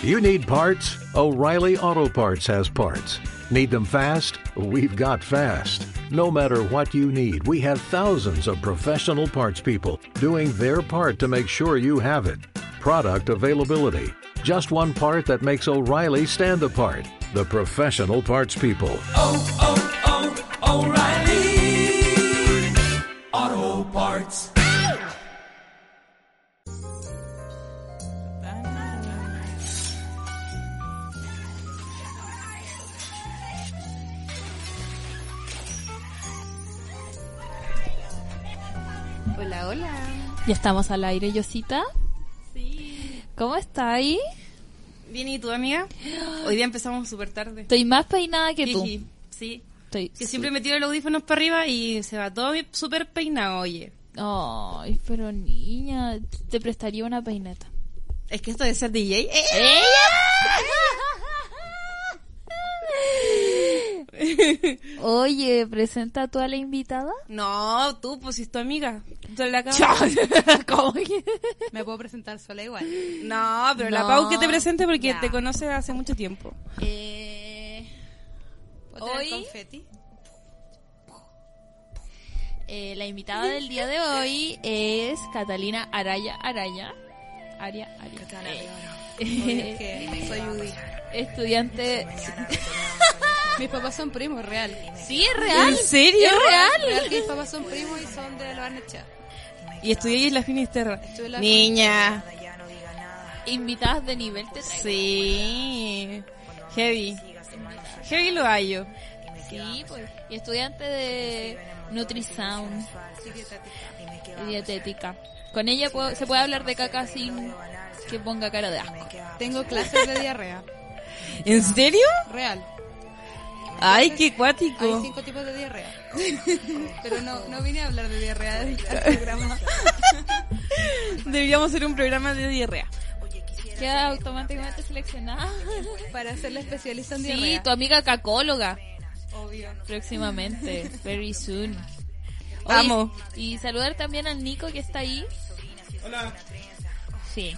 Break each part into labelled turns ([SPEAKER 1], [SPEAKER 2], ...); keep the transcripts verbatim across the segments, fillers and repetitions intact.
[SPEAKER 1] You need parts? O'Reilly Auto Parts has parts. Need them fast? We've got fast. No matter what you need, we have thousands of professional parts people doing their part to make sure you have it. Product availability. Just one part that makes O'Reilly stand apart. The professional parts people.
[SPEAKER 2] Oh, oh, oh, O'Reilly Auto Parts.
[SPEAKER 3] Hola, hola.
[SPEAKER 4] Ya estamos al aire, Yosita.
[SPEAKER 3] Sí.
[SPEAKER 4] ¿Cómo está ahí?
[SPEAKER 3] Bien, ¿y tú, amiga? Hoy día empezamos súper tarde.
[SPEAKER 4] Estoy más peinada que tú.
[SPEAKER 3] Jiji. Sí.
[SPEAKER 4] Estoy
[SPEAKER 3] Que siempre me tiro los audífonos para arriba y se va todo súper peinado, oye.
[SPEAKER 4] Ay, pero niña, te prestaría una peineta.
[SPEAKER 3] Es que esto de ser D J... ¡Eh!
[SPEAKER 4] Oye, ¿presenta tú a la invitada?
[SPEAKER 3] No, tú, pues si es tu amiga. Tú la acabas-
[SPEAKER 4] ¿Cómo que?
[SPEAKER 5] Me puedo presentar sola igual.
[SPEAKER 3] No, pero la
[SPEAKER 4] No.
[SPEAKER 3] Pau que te presente porque
[SPEAKER 5] Ya.
[SPEAKER 3] te conoce hace mucho tiempo.
[SPEAKER 4] Eh,
[SPEAKER 5] ¿Puedo tener
[SPEAKER 4] Hoy-
[SPEAKER 5] confeti?
[SPEAKER 4] eh, la invitada del día de hoy es Catalina Araya Araya. Aria, Aria.
[SPEAKER 5] Oye, es que soy Judy.
[SPEAKER 4] Estudiante.
[SPEAKER 5] Mis papás son primos, real.
[SPEAKER 4] Sí, es real.
[SPEAKER 3] ¿En serio?
[SPEAKER 4] Es real.
[SPEAKER 5] Real que mis papás son primos y son de la Barnechea.
[SPEAKER 3] Y estudié en la Finisterra.
[SPEAKER 5] Estuve en la
[SPEAKER 3] Niña.
[SPEAKER 4] Invitadas de nivel te traigo.
[SPEAKER 3] Sí. Heavy. Heavy lo hallo.
[SPEAKER 4] Sí, pues. Y estudiante de Nutrisound y dietética. Con ella puedo- se puede hablar de caca sin que ponga cara de asco.
[SPEAKER 5] Tengo clases de diarrea.
[SPEAKER 3] ¿En serio?
[SPEAKER 5] Real.
[SPEAKER 3] Ay, qué
[SPEAKER 5] Hay
[SPEAKER 3] cuático.
[SPEAKER 5] cinco tipos de diarrea. Pero no, no vine a hablar de diarrea al programa.
[SPEAKER 3] Deberíamos hacer un programa de diarrea.
[SPEAKER 4] Queda automáticamente seleccionada.
[SPEAKER 5] Para ser la especialista en
[SPEAKER 4] Sí,
[SPEAKER 5] diarrea.
[SPEAKER 4] tu amiga cacóloga.
[SPEAKER 5] Obvio.
[SPEAKER 4] Próximamente. Very soon. Oye,
[SPEAKER 3] Amo.
[SPEAKER 4] Y saludar también al Nico que está ahí.
[SPEAKER 6] Hola.
[SPEAKER 4] Sí.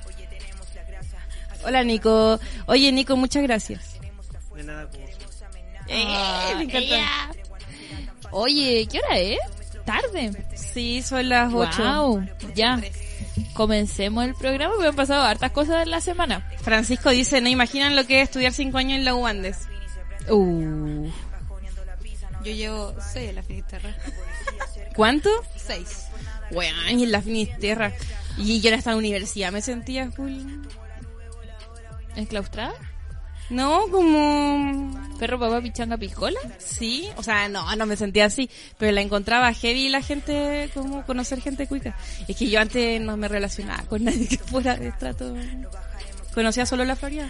[SPEAKER 3] Hola, Nico. Oye, Nico, muchas gracias.
[SPEAKER 6] De nada, como
[SPEAKER 3] Eh,
[SPEAKER 4] Ah,
[SPEAKER 3] me encanta.
[SPEAKER 4] ella. Oye, ¿qué hora es? Tarde.
[SPEAKER 3] Sí, son las ocho.
[SPEAKER 4] Wow, ya. Comencemos el programa, me han pasado hartas cosas en la semana.
[SPEAKER 3] Francisco dice, no imaginan lo que es estudiar cinco años en la U Andes.
[SPEAKER 4] Uh.
[SPEAKER 5] Yo llevo seis en la Finisterra.
[SPEAKER 3] ¿Cuánto?
[SPEAKER 5] Seis.
[SPEAKER 3] Weón, y en la Finisterra. Y yo en esta universidad me sentía full.
[SPEAKER 4] ¿Enclaustrada?
[SPEAKER 3] No, como...
[SPEAKER 4] ¿Perro, papá, pichanga, piscola?
[SPEAKER 3] Sí, o sea, no, no me sentía así, pero la encontraba heavy la gente, como conocer gente cuica. Es que yo antes no me relacionaba con nadie que fuera de estrato. Conocía solo la Florida.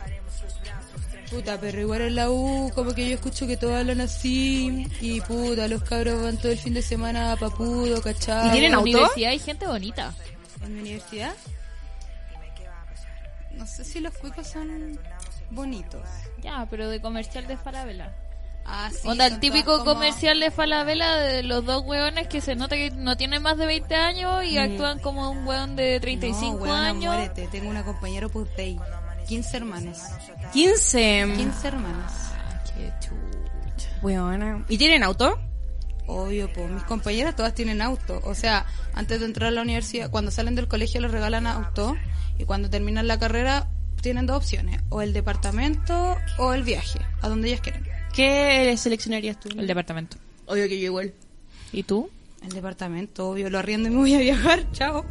[SPEAKER 5] Puta, pero igual en la U, como que yo escucho que todos hablan así. Y puta, los cabros van todo el fin de semana a Papudo, ¿cachai?
[SPEAKER 3] ¿Y tienen
[SPEAKER 4] En la
[SPEAKER 3] auto?
[SPEAKER 4] universidad hay gente bonita.
[SPEAKER 5] ¿En mi universidad? No sé si los cuicos son bonitos.
[SPEAKER 4] Ya, pero de comercial de Falabella.
[SPEAKER 5] Ah, sí.
[SPEAKER 4] Onda, el
[SPEAKER 5] son
[SPEAKER 4] típico
[SPEAKER 5] todas como-
[SPEAKER 4] comercial de Falabella de los dos hueones que se nota que no tienen más de veinte años y actúan como un hueón de treinta y cinco
[SPEAKER 5] No, weona,
[SPEAKER 4] años.
[SPEAKER 5] muérete. Tengo una compañera Opus Dei. quince hermanos.
[SPEAKER 3] quince.
[SPEAKER 5] quince hermanos.
[SPEAKER 4] Qué chucha.
[SPEAKER 3] Weona. ¿Y tienen auto?
[SPEAKER 5] Obvio, pues mis compañeras todas tienen auto. O sea, antes de entrar a la universidad, cuando salen del colegio les regalan auto. Y cuando terminan la carrera tienen dos opciones. O el departamento o el viaje. A donde ellas quieren.
[SPEAKER 3] ¿Qué seleccionarías tú?
[SPEAKER 4] El departamento.
[SPEAKER 3] Obvio que yo igual.
[SPEAKER 4] ¿Y tú?
[SPEAKER 5] El departamento, obvio. Lo arriendo y me voy a viajar. Chao.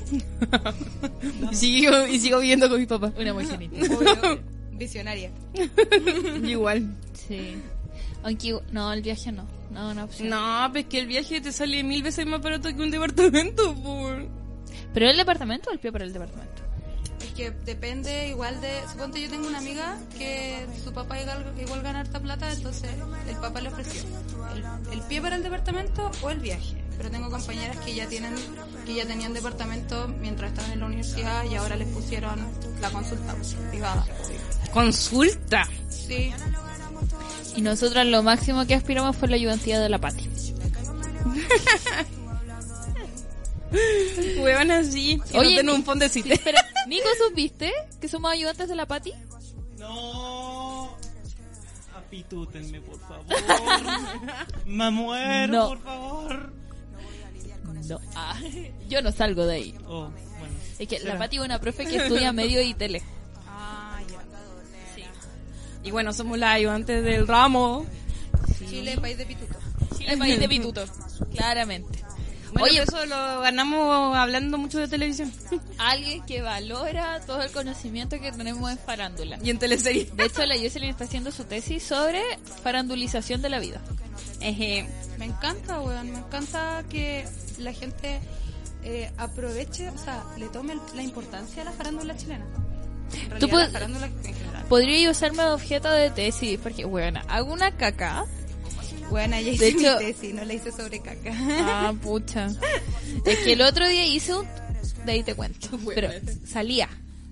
[SPEAKER 3] Y sigo, y sigo viviendo con mi papá.
[SPEAKER 4] Una muy genita.
[SPEAKER 5] Obvio. Visionaria.
[SPEAKER 3] Igual.
[SPEAKER 4] Sí. Aunque, no, el viaje no. No, una opción.
[SPEAKER 3] No, pues que el viaje te sale mil veces más barato que un departamento, por.
[SPEAKER 4] ¿Pero el departamento o el pie para el departamento?
[SPEAKER 5] Es que depende igual de... Suponte yo tengo una amiga que su papá igual, igual gana harta plata, entonces el papá le ofreció el, el pie para el departamento o el viaje. Pero tengo compañeras que ya tienen que ya tenían departamento mientras estaban en la universidad y ahora les pusieron la consulta privada.
[SPEAKER 3] Consulta.
[SPEAKER 5] Sí.
[SPEAKER 4] Y nosotros lo máximo que aspiramos fue la ayudantía de la Pati.
[SPEAKER 3] Huevona, sí.
[SPEAKER 4] Oye,
[SPEAKER 3] Oye, no
[SPEAKER 4] ni-
[SPEAKER 3] un fondecito.
[SPEAKER 4] Sí, pero Nico, ¿supiste que somos ayudantes de la Pati?
[SPEAKER 6] No. Apitútenme, por favor. Me muero,
[SPEAKER 4] No.
[SPEAKER 6] por favor.
[SPEAKER 4] No. Ah, yo no salgo de ahí.
[SPEAKER 6] Oh, bueno.
[SPEAKER 4] Es que
[SPEAKER 6] Espera.
[SPEAKER 4] la Pati es una profe que estudia medio y tele.
[SPEAKER 5] Ah, ya.
[SPEAKER 3] Y bueno, somos las ayudantes del ramo.
[SPEAKER 5] Chile, país de pituto.
[SPEAKER 4] Chile, país de pituto. Claramente.
[SPEAKER 3] Bueno,
[SPEAKER 4] Oye,
[SPEAKER 3] eso lo ganamos hablando mucho de televisión.
[SPEAKER 4] alguien que valora todo el conocimiento que tenemos en farándula.
[SPEAKER 3] Y en teleseries.
[SPEAKER 4] De hecho, la Jocelyn está haciendo su tesis sobre farandulización de la vida.
[SPEAKER 3] Eje.
[SPEAKER 5] Me encanta, weón. Me encanta que la gente eh, aproveche, o sea, le tome el- la importancia a la farándula chilena. En realidad,
[SPEAKER 4] puedes-
[SPEAKER 5] la farándula en general.
[SPEAKER 4] Podría usarme de objeto de tesis, porque, bueno, hago una caca.
[SPEAKER 5] Bueno, ya
[SPEAKER 4] De
[SPEAKER 5] hice
[SPEAKER 4] hecho-
[SPEAKER 5] mi tesis, no la hice sobre caca.
[SPEAKER 4] Ah, pucha. Es que el otro día hice un... De ahí te cuento. Pero salía.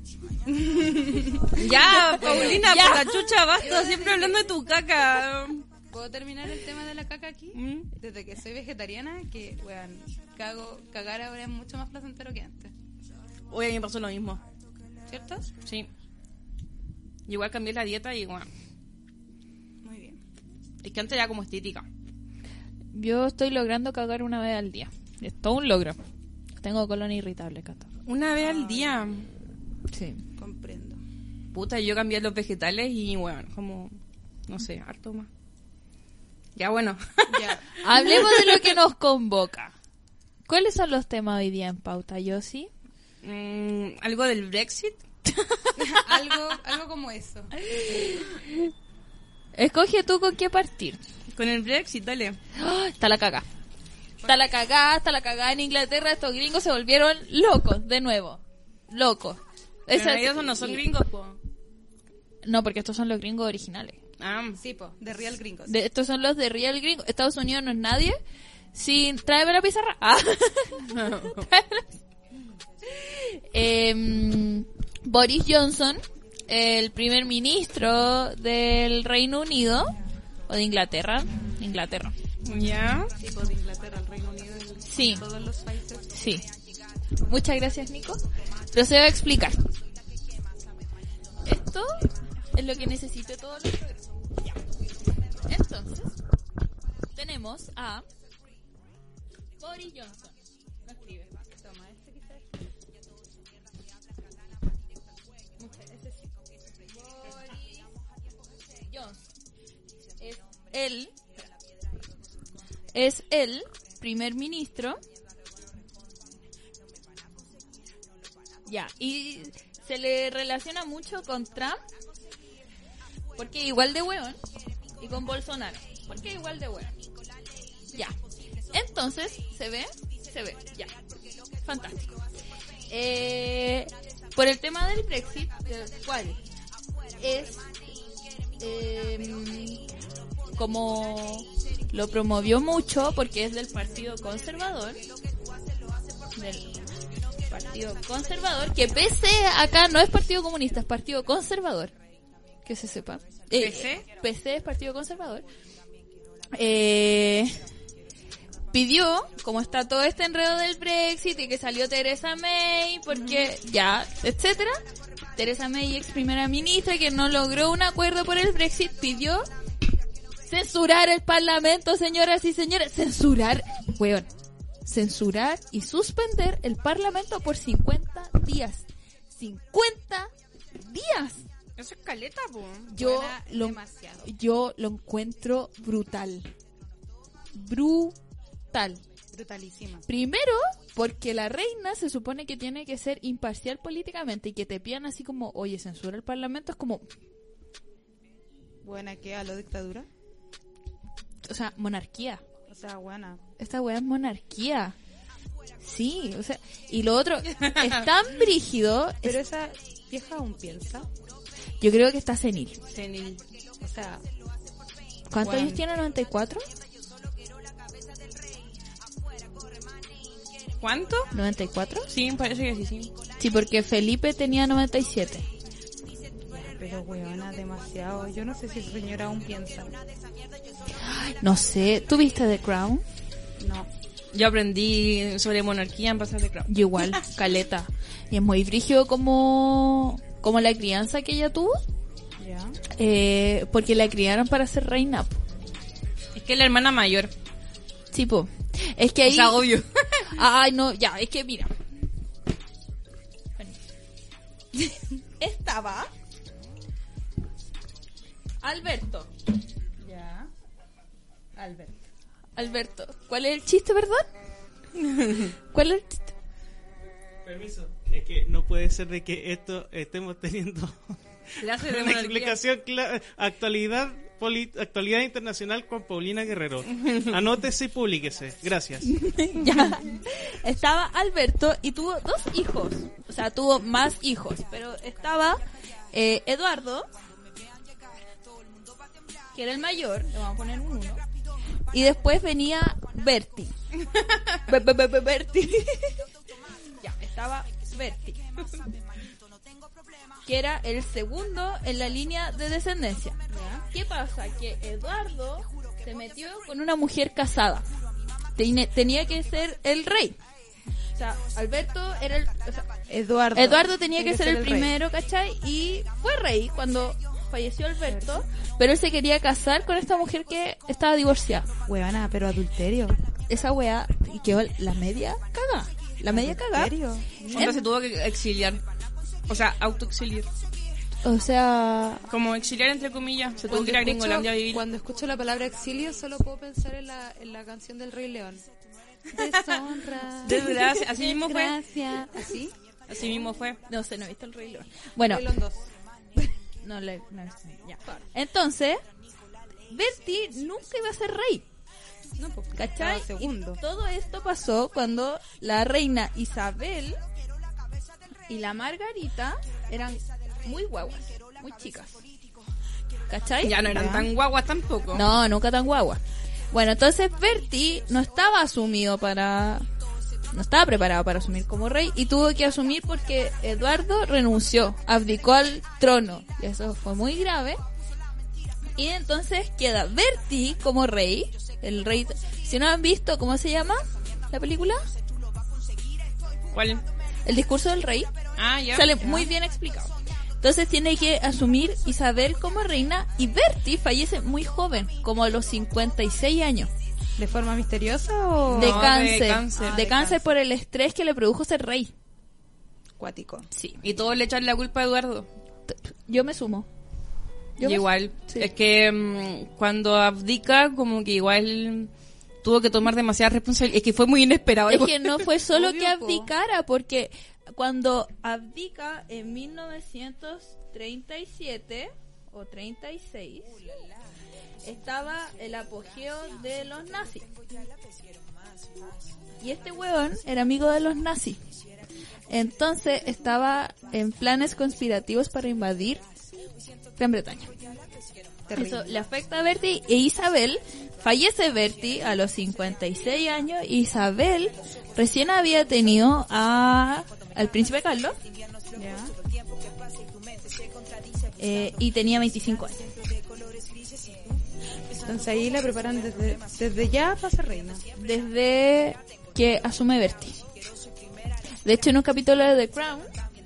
[SPEAKER 3] Ya, Paulina,
[SPEAKER 4] Ya.
[SPEAKER 3] por la chucha, basta. Siempre hablando de tu caca.
[SPEAKER 5] ¿Puedo terminar el tema de la caca aquí?
[SPEAKER 3] ¿Mm?
[SPEAKER 5] Desde que soy vegetariana, que, weón, cago, cagar ahora es mucho más placentero que antes.
[SPEAKER 3] Hoy a mí me pasó lo mismo.
[SPEAKER 5] ¿Cierto?
[SPEAKER 3] Sí. Igual cambié la dieta y bueno.
[SPEAKER 5] Muy bien.
[SPEAKER 3] Es que antes era como estética.
[SPEAKER 4] Yo estoy logrando cagar una vez al día. Es todo un logro. Tengo colon irritable, Cata.
[SPEAKER 3] Una vez al día.
[SPEAKER 4] Sí.
[SPEAKER 5] Comprendo.
[SPEAKER 3] Puta, yo cambié los vegetales y bueno, como, no sé, harto más. Ya bueno.
[SPEAKER 5] Ya.
[SPEAKER 4] Hablemos de lo que nos convoca. ¿Cuáles son los temas hoy día en pauta, Yossi?
[SPEAKER 3] Mm, ¿Algo del Brexit?
[SPEAKER 5] algo, algo como eso.
[SPEAKER 4] Escoge tú con qué partir.
[SPEAKER 3] Con el Brexit, dale.
[SPEAKER 4] ¡Ah! Está la cagá. Está la cagá, está la cagá en Inglaterra. Estos gringos se volvieron locos, de nuevo. Locos.
[SPEAKER 3] Pero
[SPEAKER 4] Esa-
[SPEAKER 3] ellos no son gringos, po.
[SPEAKER 4] No, porque estos son los gringos originales.
[SPEAKER 3] Ah,
[SPEAKER 5] Sí, po, de Real Gringos.
[SPEAKER 4] De- estos son los de Real Gringo. Estados Unidos no es nadie. Sin... Tráeme la pizarra. Ah. Tráeme la- Em, Boris Johnson, el primer ministro del Reino Unido, o de Inglaterra. Inglaterra.
[SPEAKER 3] ya.
[SPEAKER 5] Sí, po, de Inglaterra al Reino Unido y
[SPEAKER 4] Sí.
[SPEAKER 5] todos los países.
[SPEAKER 4] Sí. Muchas gracias, Nico. Procedo a explicar. Esto es lo que necesito todos los programas. Ya. Entonces, tenemos a Boris Johnson. No escribe.
[SPEAKER 5] Toma, este quizás.
[SPEAKER 4] Ese sí. Boris Johnson. Es él. Es el primer ministro. Ya, y se le relaciona mucho con Trump, porque es igual de hueón, y con Bolsonaro, porque es igual de hueón. Ya, entonces, ¿se ve? Se ve, ya. Fantástico. Eh, por el tema del Brexit, del cual es eh, como lo promovió mucho, porque es del Partido Conservador, del Partido Conservador, que P C acá no es Partido Comunista, es Partido Conservador, que se sepa. Eh,
[SPEAKER 3] ¿P C?
[SPEAKER 4] P C es Partido Conservador. Eh, pidió, como está todo este enredo del Brexit y que salió Theresa May, porque ya, etcétera, Theresa May, ex primera ministra, que no logró un acuerdo por el Brexit, pidió censurar el Parlamento, señoras y señores, censurar, weón. Censurar y suspender el Parlamento por cincuenta días. cincuenta días.
[SPEAKER 3] Eso es caleta, po.
[SPEAKER 4] Yo
[SPEAKER 5] Buena,
[SPEAKER 4] lo,
[SPEAKER 5] demasiado.
[SPEAKER 4] yo lo encuentro brutal. Brutal.
[SPEAKER 5] Brutalísima.
[SPEAKER 4] Primero, porque la reina se supone que tiene que ser imparcial políticamente y que te pidan así como, oye, censura el Parlamento, es como,
[SPEAKER 5] Buena, ¿qué? ¿A lo dictadura?
[SPEAKER 4] o sea, monarquía.
[SPEAKER 5] O sea, buena.
[SPEAKER 4] Esta weá es monarquía. Sí, o sea, y lo otro es tan brígido.
[SPEAKER 5] Pero
[SPEAKER 4] es-
[SPEAKER 5] esa vieja aún piensa.
[SPEAKER 4] yo creo que está senil.
[SPEAKER 3] Senil.
[SPEAKER 5] O sea,
[SPEAKER 4] ¿Cuántos
[SPEAKER 5] Bueno.
[SPEAKER 4] años tiene? ¿noventa y cuatro?
[SPEAKER 3] ¿Cuánto?
[SPEAKER 4] ¿noventa y cuatro?
[SPEAKER 3] Sí, parece que sí, sí.
[SPEAKER 4] Sí, porque Felipe tenía noventa y siete.
[SPEAKER 5] pero weona, demasiado. Yo no sé si esa señora aún piensa.
[SPEAKER 4] No sé, ¿tú viste The Crown?
[SPEAKER 5] No.
[SPEAKER 3] Yo aprendí sobre monarquía en Pasar de Crown.
[SPEAKER 4] Yo igual, caleta. Y es muy brígido como, como la crianza que ella tuvo.
[SPEAKER 5] Ya.
[SPEAKER 4] Eh, porque la criaron para ser reina. Po.
[SPEAKER 3] Es que es la hermana mayor.
[SPEAKER 4] Sí, po. Es que ahí...
[SPEAKER 3] O sea, obvio.
[SPEAKER 4] Ay, no, ya, es que mira. Estaba Alberto.
[SPEAKER 5] Ya. Albert.
[SPEAKER 4] Alberto, ¿cuál es el chiste, perdón? ¿Cuál es el chiste?
[SPEAKER 6] Permiso. Es que no puede ser de que esto estemos teniendo
[SPEAKER 3] Clase de
[SPEAKER 6] una
[SPEAKER 3] monarquía.
[SPEAKER 6] explicación clara. Actualidad, poli- actualidad internacional con Paulina Guerrero. Anótese y publíquese. Gracias.
[SPEAKER 4] Ya. Estaba Alberto y tuvo dos hijos. O sea, tuvo más hijos. Pero estaba eh, Eduardo, que era el mayor. Le vamos a poner un uno. Y después venía Berti. Be- be- be- be- Berti. Ya, estaba Berti. Que era el segundo en la línea de descendencia. ¿Qué pasa? Que Eduardo se metió con una mujer casada. Tene- tenía que ser el rey. O sea, Alberto era el... o sea,
[SPEAKER 5] Eduardo.
[SPEAKER 4] Eduardo tenía que ser el
[SPEAKER 5] rey.
[SPEAKER 4] primero, ¿cachai? Y fue rey cuando falleció Alberto, pero él se quería casar con esta mujer que estaba divorciada.
[SPEAKER 5] Huevana, pero adulterio.
[SPEAKER 4] Esa weá, y quedó la media caga. La media caga.
[SPEAKER 5] ¿Adulterio?
[SPEAKER 3] Onda se tuvo que exiliar. O sea, autoexiliar.
[SPEAKER 4] O sea,
[SPEAKER 3] Como exiliar entre comillas. Se tuvo
[SPEAKER 5] Cuando
[SPEAKER 3] que ir a
[SPEAKER 5] escucho,
[SPEAKER 3] Gringolandia a vivir.
[SPEAKER 5] cuando escucho la palabra exilio, solo puedo pensar en la, en la canción del Rey León. Deshonra.
[SPEAKER 3] Desgracia. Así mismo fue.
[SPEAKER 5] Desgracia. ¿Así?
[SPEAKER 3] Así mismo fue.
[SPEAKER 4] no sé, no he visto el Rey León. Bueno,
[SPEAKER 5] Rey León dos.
[SPEAKER 4] no le... No, ya. Entonces, Berti nunca iba a ser rey.
[SPEAKER 5] No, pues,
[SPEAKER 4] ¿Cachai?
[SPEAKER 5] estaba segundo.
[SPEAKER 4] Y todo esto pasó cuando la reina Isabel y la Margarita eran muy guaguas, muy chicas. ¿Cachai?
[SPEAKER 3] Ya no eran
[SPEAKER 5] Ya.
[SPEAKER 3] tan guaguas tampoco.
[SPEAKER 4] No, nunca tan guaguas. Bueno, entonces Berti no estaba asumido para... No estaba preparado para asumir como rey y tuvo que asumir porque Eduardo renunció, abdicó al trono. Y eso fue muy grave. Y entonces queda Berti como rey. El rey... Si no han visto, ¿cómo se llama la película?
[SPEAKER 3] ¿Cuál?
[SPEAKER 4] El discurso del rey.
[SPEAKER 3] Ah, ya.
[SPEAKER 4] Sale muy bien explicado. Entonces tiene que asumir Isabel como reina y Berti fallece muy joven, como a los cincuenta y seis años.
[SPEAKER 5] ¿De forma misteriosa o...?
[SPEAKER 4] De
[SPEAKER 3] No, de
[SPEAKER 4] cáncer.
[SPEAKER 3] cáncer.
[SPEAKER 4] De
[SPEAKER 3] Ah, de
[SPEAKER 4] cáncer por el estrés que le produjo ser rey.
[SPEAKER 5] Cuático.
[SPEAKER 4] Sí.
[SPEAKER 3] Y todos le echan la culpa a Eduardo.
[SPEAKER 4] Yo me sumo.
[SPEAKER 3] Y
[SPEAKER 4] Yo me-
[SPEAKER 3] igual.
[SPEAKER 4] Sí.
[SPEAKER 3] Es que mm, cuando abdica, como que igual tuvo que tomar demasiada responsabilidad. Es que fue muy inesperado.
[SPEAKER 4] Es que no fue solo
[SPEAKER 5] Obvio,
[SPEAKER 4] que
[SPEAKER 5] po.
[SPEAKER 4] abdicara, porque cuando abdica en mil novecientos treinta y siete o treinta y seis, estaba el apogeo de los nazis. Y este hueón era amigo de los nazis. Entonces estaba en planes conspirativos para invadir Gran Bretaña. Eso le afecta a Berti e Isabel. Fallece Berti a los cincuenta y seis años. Isabel recién había tenido a al príncipe Carlos
[SPEAKER 5] Ya.
[SPEAKER 4] eh, y tenía veinticinco años.
[SPEAKER 5] Entonces ahí la preparan desde, desde ya para ser reina.
[SPEAKER 4] Desde que asume Berti. De hecho, en un capítulo de The Crown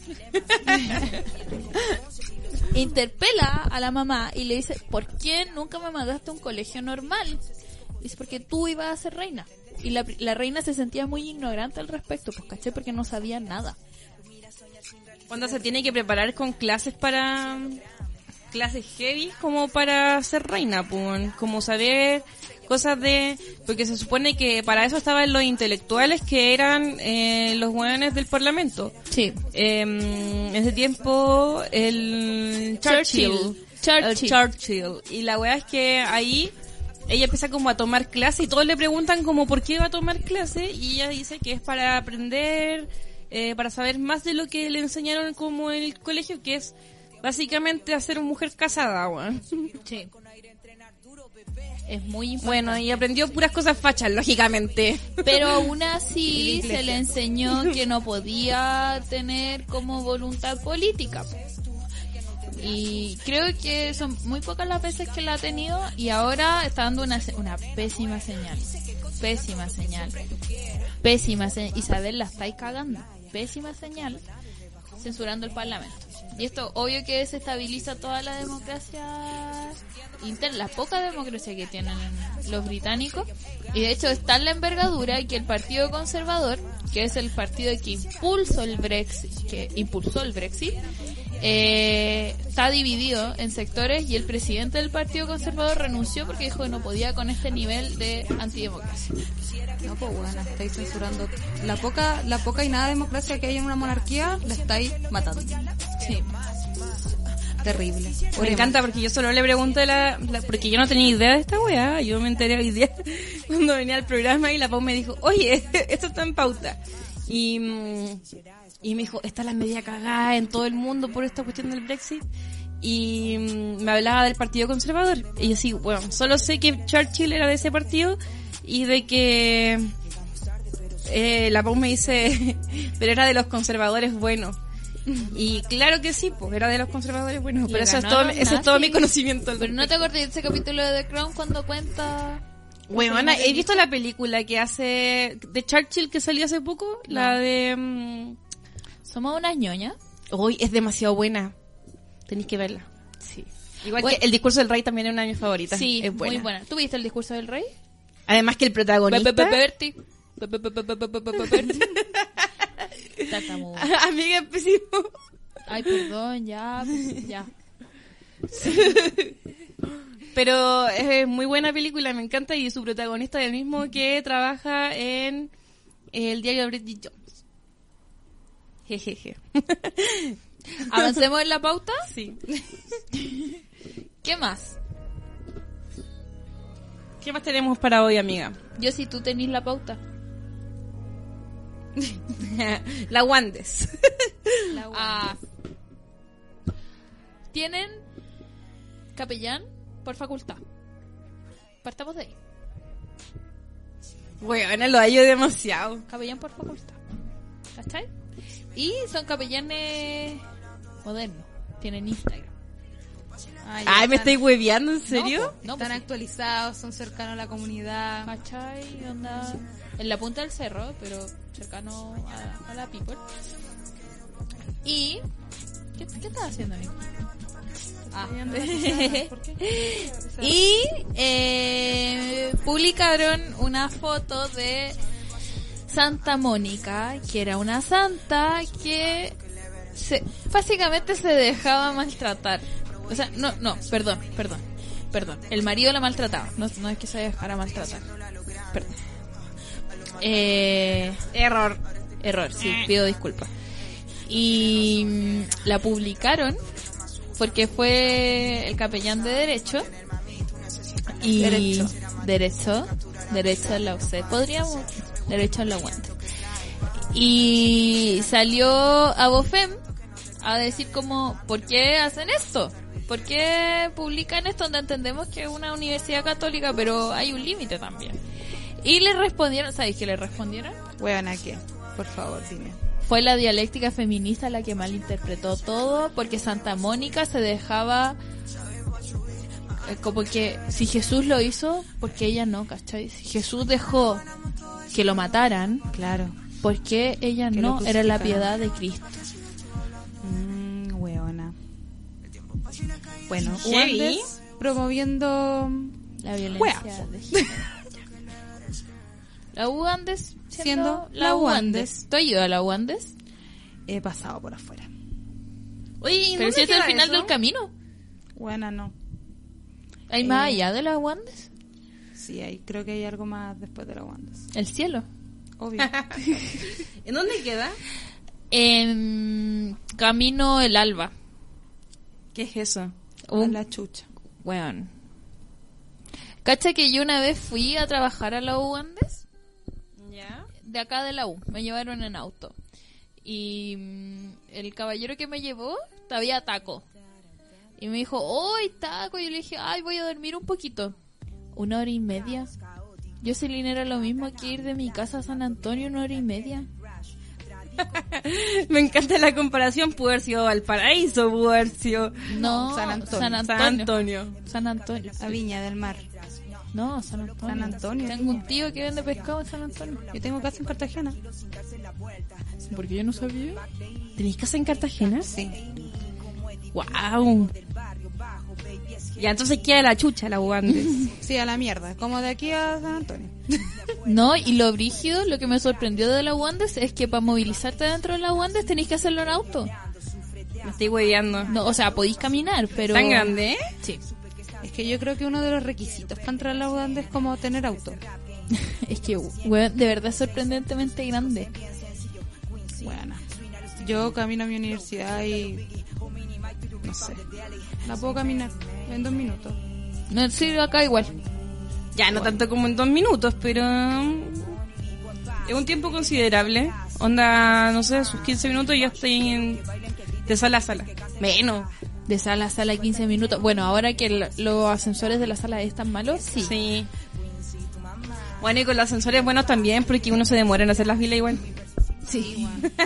[SPEAKER 4] interpela a la mamá y le dice: ¿por qué nunca me mandaste a un colegio normal? Dice: porque tú ibas a ser reina. Y la, la reina se sentía muy ignorante al respecto, pues, ¿caché? Porque no sabía nada.
[SPEAKER 3] Cuando se tiene que preparar con clases para... Clases heavy como para ser reina, pues. Como saber cosas de... Porque se supone que para eso estaban los intelectuales que eran eh, los hueones del parlamento.
[SPEAKER 4] Sí.
[SPEAKER 3] Eh, en ese tiempo el Churchill.
[SPEAKER 4] Churchill.
[SPEAKER 3] El Churchill. Y la weá es que ahí ella empieza como a tomar clase y todos le preguntan como por qué va a tomar clase y ella dice que es para aprender, eh, para saber más de lo que le enseñaron como en el colegio, que es básicamente a ser mujer casada, weón.
[SPEAKER 4] Sí. Es muy importante.
[SPEAKER 3] Bueno, y aprendió puras cosas fachas, lógicamente.
[SPEAKER 4] Pero aún
[SPEAKER 5] Y la
[SPEAKER 4] así
[SPEAKER 5] iglesia.
[SPEAKER 4] se le enseñó que no podía tener como voluntad política. Y creo que son muy pocas las veces que la ha tenido y ahora está dando una, se- una pésima señal. Pésima señal. Pésima señal. Isabel, la estáis cagando. Pésima señal. Censurando el Parlamento. Y esto, obvio que desestabiliza toda la democracia interna, la poca democracia que tienen los británicos. Y de hecho está en la envergadura que el Partido Conservador, que es el partido que impulsó el Brexit, que impulsó el Brexit, eh, está dividido en sectores, y el presidente del Partido Conservador renunció porque dijo que no podía con este nivel de antidemocracia.
[SPEAKER 5] No, pues bueno, estáis censurando la poca, la poca y nada democracia que hay en una monarquía, la estáis matando.
[SPEAKER 4] Sí.
[SPEAKER 5] Terrible.
[SPEAKER 3] Me encanta porque yo solo le pregunto la, la- porque yo no tenía idea de esta weá. Yo me enteré hoy día cuando venía al programa y la Pau me dijo, oye, esto está en pauta. Y, mm, y me dijo, está la media cagada en todo el mundo por esta cuestión del Brexit. Y mm, me hablaba del Partido Conservador. Y yo sí, bueno, solo sé que Churchill era de ese partido y de que eh, la Pau me dice, pero era de los conservadores buenos. Y claro que sí, pues era de los conservadores buenos,
[SPEAKER 4] Le
[SPEAKER 3] pero eso es
[SPEAKER 4] ganó a
[SPEAKER 3] todo,
[SPEAKER 4] los
[SPEAKER 3] ese es
[SPEAKER 4] nazis.
[SPEAKER 3] todo mi conocimiento. al
[SPEAKER 4] Pero no te
[SPEAKER 3] respecto.
[SPEAKER 4] acordás de ese capítulo de The Crown cuando cuenta...
[SPEAKER 3] Huevona, he visto la película que hace de Churchill que salió hace poco,
[SPEAKER 4] No.
[SPEAKER 3] la de mm,
[SPEAKER 4] Somos unas ñoñas.
[SPEAKER 3] hoy es demasiado buena. Tenéis que verla.
[SPEAKER 4] Sí.
[SPEAKER 3] Igual
[SPEAKER 4] Bueno.
[SPEAKER 3] que El discurso del rey también es una de mis favoritas.
[SPEAKER 4] Sí,
[SPEAKER 3] es buena.
[SPEAKER 4] muy buena. ¿Tú viste el discurso del rey?
[SPEAKER 3] Además que el protagonista
[SPEAKER 4] Pepe Berti. Pepe Berti. Tartamudo.
[SPEAKER 3] amiga empecimos.
[SPEAKER 4] Ay, perdón, ya, ya.
[SPEAKER 3] Pero es muy buena película, me encanta, y su protagonista es el mismo que trabaja en el diario de Bridget Jones. Jejeje.
[SPEAKER 4] ¿Avancemos en la pauta?
[SPEAKER 3] Sí.
[SPEAKER 4] ¿Qué más?
[SPEAKER 3] ¿Qué más tenemos para hoy, amiga?
[SPEAKER 4] Yo si tú tenés la pauta.
[SPEAKER 3] La Wandes.
[SPEAKER 4] Ah. Tienen capellán por facultad. Partamos de ahí.
[SPEAKER 3] Bueno, lo hallo demasiado.
[SPEAKER 4] Capellán por facultad. ¿Cachai? Y son capellanes modernos. Tienen Instagram.
[SPEAKER 5] Ah, ya
[SPEAKER 3] Ay, ¿me
[SPEAKER 5] están-
[SPEAKER 3] estáis hueveando? ¿En serio?
[SPEAKER 4] No, po, no,
[SPEAKER 5] Están
[SPEAKER 4] pues,
[SPEAKER 5] actualizados, son cercanos a la comunidad.
[SPEAKER 4] ¿cachai? Onda en la punta del cerro, pero cercano a, a la people. Y... ¿Qué, qué estás haciendo, amigo? Ah.
[SPEAKER 5] ¿Por qué?
[SPEAKER 4] Y eh, publicaron una foto de Santa Mónica, que era una santa que se, básicamente se dejaba maltratar. O sea, no, no, perdón, perdón, perdón. El marido la maltrataba, no, no es que se dejara maltratar. Perdón. Eh,
[SPEAKER 3] Error.
[SPEAKER 4] error, sí, pido disculpas. Y mm, la publicaron porque fue el capellán de Derecho. Y
[SPEAKER 5] Derecho.
[SPEAKER 4] Derecho. Derecho en la U C. Podríamos. Derecho en la U A N T. Y salió a Bofem a decir como, ¿por qué hacen esto? ¿Por qué publican esto donde entendemos que es una universidad católica, pero hay un límite también? Y le respondieron, ¿sabéis qué le respondieron?
[SPEAKER 5] Huevona, ¿qué? Por favor, dime.
[SPEAKER 4] Fue la dialéctica feminista la que malinterpretó todo, porque Santa Mónica se dejaba eh, como que si Jesús lo hizo, porque ella no, ¿cachai? Si Jesús dejó que lo mataran,
[SPEAKER 5] Claro.
[SPEAKER 4] ¿por qué ella
[SPEAKER 5] Que
[SPEAKER 4] no?
[SPEAKER 5] lo
[SPEAKER 4] Era la
[SPEAKER 5] crucificaran.
[SPEAKER 4] piedad de Cristo.
[SPEAKER 5] Mmm, huevona. Bueno,
[SPEAKER 3] Heavy.
[SPEAKER 5] Wandes promoviendo...
[SPEAKER 4] La violencia de género. La U Andes siendo,
[SPEAKER 5] Siendo
[SPEAKER 4] la
[SPEAKER 5] la
[SPEAKER 4] U
[SPEAKER 5] U
[SPEAKER 4] Andes.
[SPEAKER 5] Andes.
[SPEAKER 4] ¿Tú has ido a la U Andes?
[SPEAKER 5] He pasado por afuera.
[SPEAKER 3] Oye, ¿y
[SPEAKER 4] Pero
[SPEAKER 3] dónde
[SPEAKER 4] si es el
[SPEAKER 3] queda
[SPEAKER 4] final
[SPEAKER 3] eso?
[SPEAKER 4] del camino.
[SPEAKER 5] Buena, no.
[SPEAKER 4] ¿Hay
[SPEAKER 5] Eh,
[SPEAKER 4] más allá de la U Andes?
[SPEAKER 5] Sí, hay, creo que hay algo más después de la Wandes.
[SPEAKER 4] El cielo.
[SPEAKER 5] Obvio.
[SPEAKER 3] ¿En dónde queda?
[SPEAKER 4] En Camino el Alba.
[SPEAKER 3] ¿Qué es eso?
[SPEAKER 5] A
[SPEAKER 4] Un
[SPEAKER 5] la chucha.
[SPEAKER 4] weón. ¿Cacha que yo una vez fui a trabajar a la U Andes?
[SPEAKER 3] ¿Ya?
[SPEAKER 4] De acá de la U. Me llevaron en auto. Y mm, el caballero que me llevó había taco. Y me dijo, ¡ay, taco! Y yo le dije, ¡ay, voy a dormir un poquito! Una hora y media. Yo, Celina, era lo mismo que ir de mi casa a San Antonio una hora y media.
[SPEAKER 3] Me encanta la comparación. Pudo haber sido Valparaíso, pudo haber sido
[SPEAKER 4] No,
[SPEAKER 5] San Antonio.
[SPEAKER 4] San Antonio.
[SPEAKER 3] San Antonio.
[SPEAKER 4] San Antonio.
[SPEAKER 5] A Viña del Mar.
[SPEAKER 4] No, San Antonio.
[SPEAKER 5] San Antonio.
[SPEAKER 4] Tengo un tío que vende pescado en San Antonio.
[SPEAKER 5] Yo tengo casa en Cartagena.
[SPEAKER 4] Porque yo no sabía.
[SPEAKER 3] ¿Tenéis casa en Cartagena?
[SPEAKER 5] Sí.
[SPEAKER 3] ¡Wow! Ya, entonces queda la chucha, la Wandes.
[SPEAKER 5] Sí, a la mierda. Como de aquí a San Antonio.
[SPEAKER 4] No, y lo brígido, lo que me sorprendió de la Wandes es que para movilizarte dentro de la Wandes tenéis que hacerlo en auto.
[SPEAKER 3] Me estoy hueveando.
[SPEAKER 4] No, o sea, podéis caminar, pero...
[SPEAKER 3] ¿Tan grande, eh?
[SPEAKER 4] Sí.
[SPEAKER 5] Es que yo creo que uno de los requisitos para entrar a la Wandes es como tener auto.
[SPEAKER 4] Es que, weón, de verdad es sorprendentemente grande.
[SPEAKER 5] Bueno, yo camino a mi universidad y... no sé. La puedo caminar en dos minutos.
[SPEAKER 4] No, sí, acá igual.
[SPEAKER 3] Ya, no tanto como en dos minutos, pero... es un tiempo considerable. Onda, no sé, sus quince minutos y ya estoy en... de sala a sala. Menos.
[SPEAKER 4] De sala a sala quince minutos. Bueno, ahora que el- los ascensores de la sala están malos, sí.
[SPEAKER 3] Sí. Bueno, y con los ascensores buenos también, porque uno se demora en hacer las filas igual.
[SPEAKER 4] Sí.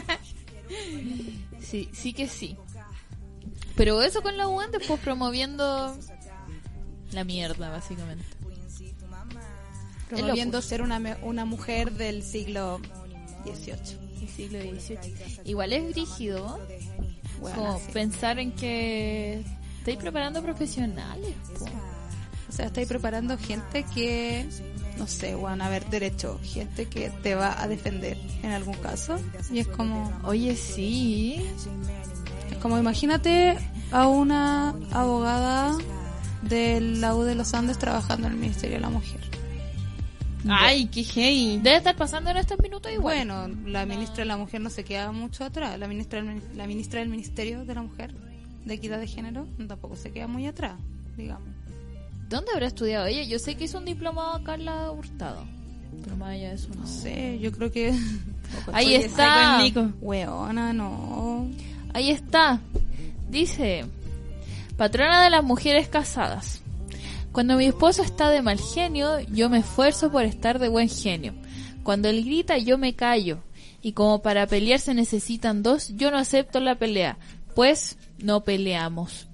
[SPEAKER 4] Sí, sí que sí. Pero eso con la U A N después promoviendo la mierda, básicamente.
[SPEAKER 5] Promoviendo ser una, me- una mujer del siglo dieciocho.
[SPEAKER 4] El siglo dieciocho. Igual es brígido,
[SPEAKER 5] Bueno,
[SPEAKER 4] como
[SPEAKER 5] sí.
[SPEAKER 4] pensar en que estáis preparando profesionales, po.
[SPEAKER 5] O sea, estáis preparando gente que, no sé, van a ver derecho, gente que te va a defender en algún caso. Y es como,
[SPEAKER 4] Oye, sí.
[SPEAKER 5] es como imagínate a una abogada del la U de los Andes trabajando en el Ministerio de la Mujer.
[SPEAKER 3] Ay, qué hey.
[SPEAKER 4] Debe estar pasando en estos minutos igual.
[SPEAKER 5] Bueno, la ministra de la Mujer no se queda mucho atrás. La ministra del, la ministra del Ministerio de la Mujer de Equidad de Género tampoco se queda muy atrás, digamos.
[SPEAKER 4] ¿Dónde habrá estudiado ella? Yo sé que hizo un diplomado Carla Hurtado. Pero más allá de eso no.
[SPEAKER 5] No sé, yo creo que...
[SPEAKER 4] Ahí
[SPEAKER 3] Oye,
[SPEAKER 4] está.
[SPEAKER 3] saco el Nico.
[SPEAKER 5] Weona, no.
[SPEAKER 4] Ahí está. Dice, patrona de las mujeres casadas. Cuando mi esposo está de mal genio, yo me esfuerzo por estar de buen genio. Cuando él grita, yo me callo. Y como para pelear se necesitan dos, yo no acepto la pelea. Pues no peleamos.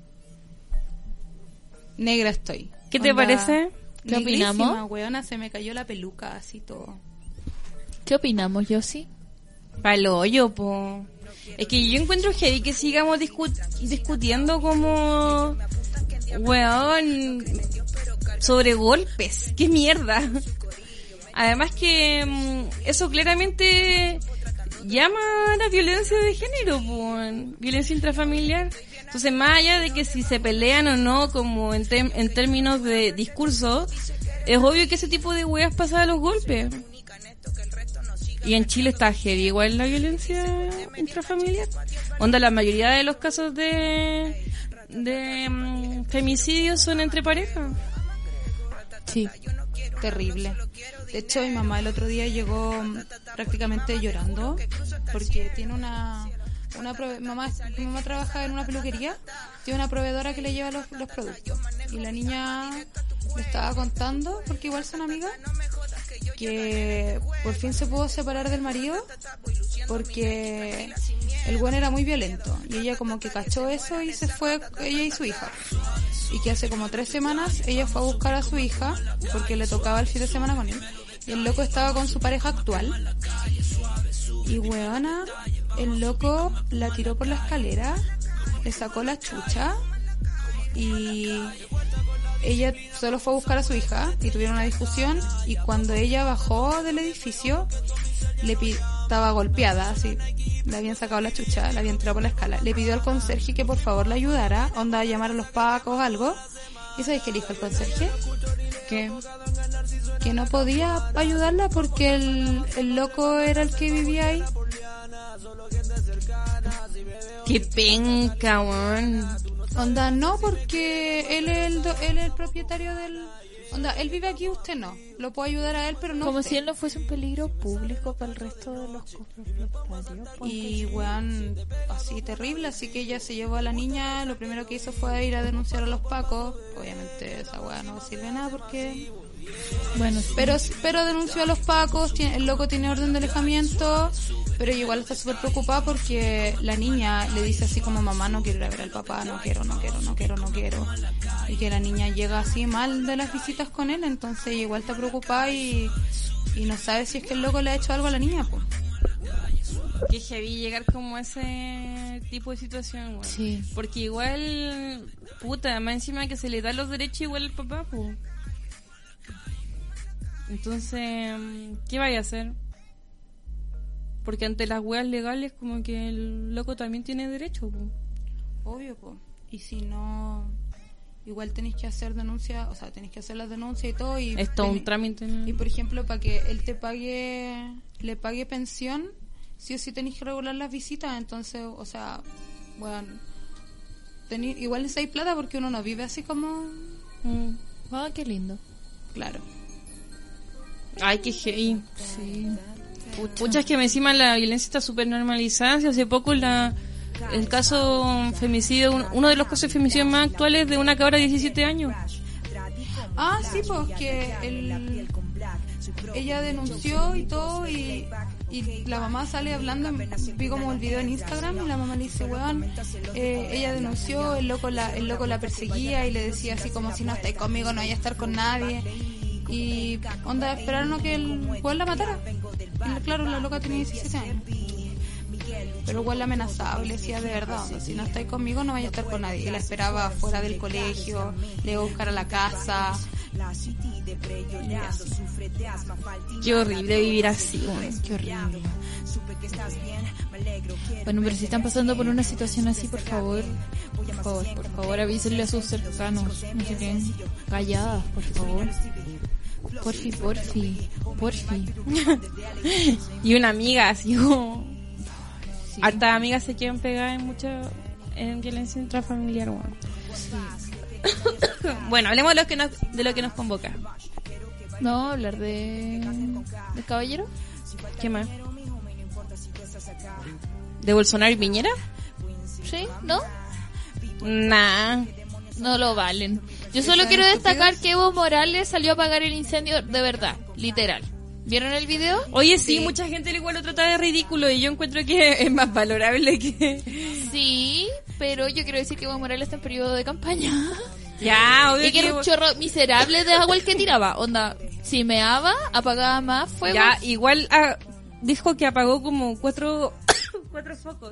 [SPEAKER 5] Negra estoy.
[SPEAKER 3] ¿Qué te
[SPEAKER 5] Onda,
[SPEAKER 3] parece?
[SPEAKER 4] ¿Qué
[SPEAKER 5] negrísima,
[SPEAKER 4] opinamos?
[SPEAKER 5] weona, se me cayó la peluca, así todo.
[SPEAKER 4] ¿Qué opinamos, Yossi?
[SPEAKER 3] Pa'l hoyo, po. Es que yo encuentro heavy que sigamos discu- discutiendo como... weón... sobre golpes. ¡Qué mierda! Además que mm, eso claramente llama a la violencia de género, po, violencia intrafamiliar. Entonces, más allá de que si se pelean o no, como en, tem- en términos de discurso, es obvio que ese tipo de weas pasa a los golpes. Y en Chile está heavy igual la violencia intrafamiliar. Onda, la mayoría de los casos de de mm, femicidios son entre parejas.
[SPEAKER 4] Sí.
[SPEAKER 5] Terrible. De hecho, mi mamá el otro día llegó mm, prácticamente llorando porque tiene una... una prove- mamá, mi mamá trabaja en una peluquería, tiene una proveedora que le lleva los, los productos. Y la niña le estaba contando, porque igual son amigas, que por fin se pudo separar del marido porque el buen era muy violento. Y ella como que cachó eso y se fue, ella y su hija. Y que hace como tres semanas ella fue a buscar a su hija porque le tocaba el fin de semana con él. Y el loco estaba con su pareja actual. Y weona, el loco la tiró por la escalera, le sacó la chucha y ella solo fue a buscar a su hija y tuvieron una discusión. Y cuando ella bajó del edificio, le pi- estaba golpeada, así, le habían sacado la chucha, la habían tirado por la escala. Le pidió al conserje que por favor la ayudara, onda a llamar a los pacos o algo. ¿Y sabes qué le dijo el conserje?
[SPEAKER 3] ¿Qué?
[SPEAKER 5] Que no podía ayudarla porque el, el loco era el que vivía ahí.
[SPEAKER 3] ¡Qué penca, weón!
[SPEAKER 5] Onda, no, porque él es el, do- él es el propietario del... Onda, él vive aquí, usted no. Lo puedo ayudar a él, pero no
[SPEAKER 4] Como
[SPEAKER 5] usted.
[SPEAKER 4] si él no fuese un peligro público para el resto de los copropietarios.
[SPEAKER 5] Y, weón, así terrible. Así que ella se llevó a la niña. Lo primero que hizo fue ir a denunciar a los pacos. Obviamente esa weá no sirve de nada porque...
[SPEAKER 4] Bueno, sí.
[SPEAKER 5] Pero, pero denunció a los pacos. Tiene, el loco tiene orden de alejamiento. Pero igual está súper preocupada porque la niña le dice así como, mamá, no quiero ir a ver al papá, no quiero, no quiero, no quiero, no quiero. Y que la niña llega así mal de las visitas con él, entonces igual está preocupada y, y no sabe si es que el loco le ha hecho algo a la niña, pues.
[SPEAKER 3] Que heavy llegar como a ese tipo de situación, güey.
[SPEAKER 4] Sí.
[SPEAKER 3] Porque igual, puta, más encima que se le da los derechos igual al papá, pues. Entonces, ¿qué vaya a hacer? Porque ante las weas legales como que el loco también tiene derecho, po.
[SPEAKER 5] Obvio, po. Y si no, igual tenéis que hacer denuncia, o sea, tenéis que hacer las denuncias y todo. Y
[SPEAKER 3] es todo un
[SPEAKER 5] teni-
[SPEAKER 3] trámite.
[SPEAKER 5] Y por ejemplo, para que él te pague, le pague pensión, sí o sí tenéis que regular las visitas. Entonces, o sea, bueno, tení, igual necesitáis plata porque uno no vive así como...
[SPEAKER 3] Mm.
[SPEAKER 4] Ah, qué lindo.
[SPEAKER 5] Claro.
[SPEAKER 3] Ay, qué heavy.
[SPEAKER 4] Sí.
[SPEAKER 3] Pucha, es que encima la violencia está súper normalizada. Si hace poco la el caso femicidio, un- uno de los casos de femicidio más actuales de una cabra de diecisiete años.
[SPEAKER 5] Ah, sí, pues que el, ella denunció y todo y, y la mamá sale hablando, vi como el video en Instagram y la mamá le dice, weón, eh, ella denunció, el loco la el loco la perseguía y le decía así como, si no estáis conmigo no vaya a estar con nadie. Y onda, esperaron a que el weón la matara. Y claro, la loca tenía diecisiete años. Pero igual la amenazaba y le decía de verdad, onda, si no estáis conmigo no vaya a estar con nadie. Y la esperaba fuera del colegio, le iba a buscar a la casa. Y así.
[SPEAKER 3] Qué horrible vivir así, güey.
[SPEAKER 4] Qué horrible. Bueno, pero si están pasando por una situación así, por favor, por favor, por favor, avísenle a sus cercanos. No se queden calladas, por favor. Porfi, porfi, porfi.
[SPEAKER 3] Y una amiga, así como... Hartas amigas se quieren pegar en mucha en violencia intrafamiliar, güey. Bueno, hablemos de lo que nos, de lo que nos convoca.
[SPEAKER 4] No, hablar de... ¿de caballero?
[SPEAKER 3] ¿Qué más? ¿De Bolsonaro y Piñera?
[SPEAKER 4] ¿Sí? ¿No?
[SPEAKER 3] Nah.
[SPEAKER 4] No lo valen. Yo solo quiero destacar que Evo Morales salió a apagar el incendio de verdad, literal. ¿Vieron el video?
[SPEAKER 3] Oye, sí, mucha gente igual lo trata de ridículo y yo encuentro que es más valorable que...
[SPEAKER 4] Sí, pero yo quiero decir que Evo Morales está en periodo de campaña.
[SPEAKER 3] Ya, obvio
[SPEAKER 4] Y que era un chorro miserable de agua el que tiraba. Onda, si meaba, apagaba más fuego.
[SPEAKER 3] Ya, igual ah, dijo que apagó como cuatro, cuatro focos.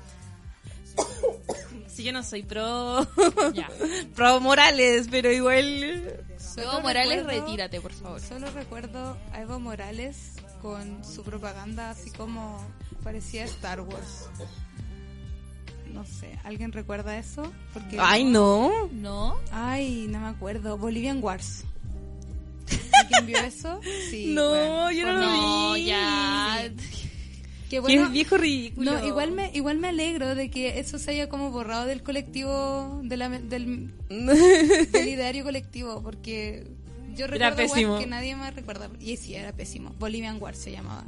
[SPEAKER 3] Sí, yo no soy pro...
[SPEAKER 4] Ya.
[SPEAKER 3] pro Morales, pero igual...
[SPEAKER 4] Evo Morales, retírate, por favor.
[SPEAKER 5] Solo recuerdo a Evo Morales con su propaganda así como parecía Star Wars. No sé, ¿alguien recuerda eso? Porque
[SPEAKER 3] Ay, no.
[SPEAKER 4] ¿No?
[SPEAKER 5] Ay, no me acuerdo. Bolivian Wars. ¿Alguien vio eso? Sí.
[SPEAKER 3] No,
[SPEAKER 5] bueno.
[SPEAKER 3] yo no,
[SPEAKER 4] No,
[SPEAKER 3] lo vi.
[SPEAKER 4] ya.
[SPEAKER 5] Qué
[SPEAKER 3] Qué
[SPEAKER 5] bueno.
[SPEAKER 3] viejo ridículo.
[SPEAKER 5] No, igual me igual me alegro de que eso se haya como borrado del colectivo, de la, del, del ideario colectivo, porque yo
[SPEAKER 3] Era
[SPEAKER 5] recuerdo
[SPEAKER 3] pésimo.
[SPEAKER 5] weas que nadie más recuerda. Y sí, era pésimo. Bolivian Wars se llamaba.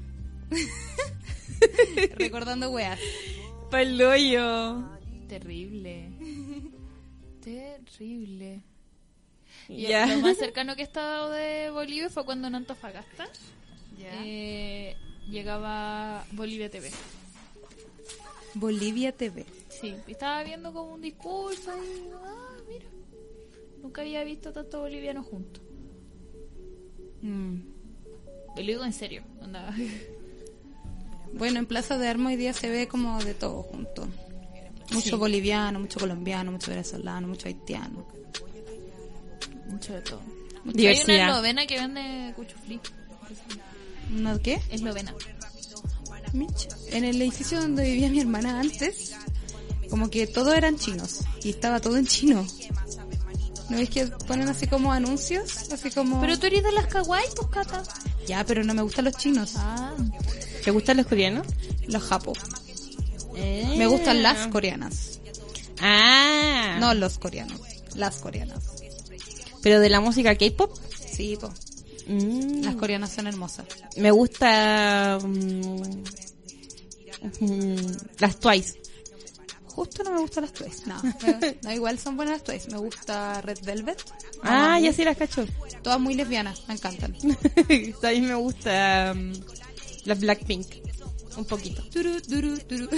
[SPEAKER 5] Recordando weas.
[SPEAKER 3] Pa'l hoyo.
[SPEAKER 4] Terrible. Terrible. Y
[SPEAKER 3] Ya.
[SPEAKER 4] lo más cercano que he estado de Bolivia fue cuando en Antofagasta
[SPEAKER 5] Ya.
[SPEAKER 4] eh, llegaba Bolivia T V.
[SPEAKER 5] Bolivia T V.
[SPEAKER 4] Sí, estaba viendo como un discurso y, ah, mira, nunca había visto tanto bolivianos juntos.
[SPEAKER 5] Mm.
[SPEAKER 4] Te lo digo en serio, onda.
[SPEAKER 5] Bueno, en Plaza de Armas hoy día se ve como de todo junto. Mucho
[SPEAKER 4] Sí.
[SPEAKER 5] boliviano, mucho colombiano, mucho venezolano, mucho haitiano.
[SPEAKER 4] Mucho de todo. Hay
[SPEAKER 3] Diversidad.
[SPEAKER 4] una eslovena que vende cuchuflí.
[SPEAKER 5] ¿No qué?
[SPEAKER 4] Eslovena.
[SPEAKER 5] Micha. En el edificio donde vivía mi hermana antes, como que todos eran chinos y estaba todo en chino. ¿No ves que ponen así como anuncios? Así como...
[SPEAKER 4] Pero tú eres de las kawaii, pues, Cata.
[SPEAKER 5] Ya, pero no me gustan los chinos.
[SPEAKER 4] Ah.
[SPEAKER 3] ¿Te gustan los coreanos?
[SPEAKER 5] Los japos.
[SPEAKER 3] Eh.
[SPEAKER 5] Me gustan las coreanas.
[SPEAKER 3] Ah.
[SPEAKER 5] No los coreanos. Las coreanas.
[SPEAKER 3] Pero de la música K-pop.
[SPEAKER 5] Sí, po.
[SPEAKER 3] Mm.
[SPEAKER 5] Las coreanas son hermosas.
[SPEAKER 3] Me gusta mm, mm, las Twice.
[SPEAKER 5] Justo no me gustan las Twice. No, me- no, igual son buenas las Twice. Me gusta Red Velvet.
[SPEAKER 3] Ah,
[SPEAKER 5] Mamá
[SPEAKER 3] ya
[SPEAKER 5] Mia.
[SPEAKER 3] sí las cacho.
[SPEAKER 5] Todas muy lesbianas, me encantan.
[SPEAKER 3] También me gusta mm, las Blackpink. Un poquito.
[SPEAKER 5] Turu, turu, turu.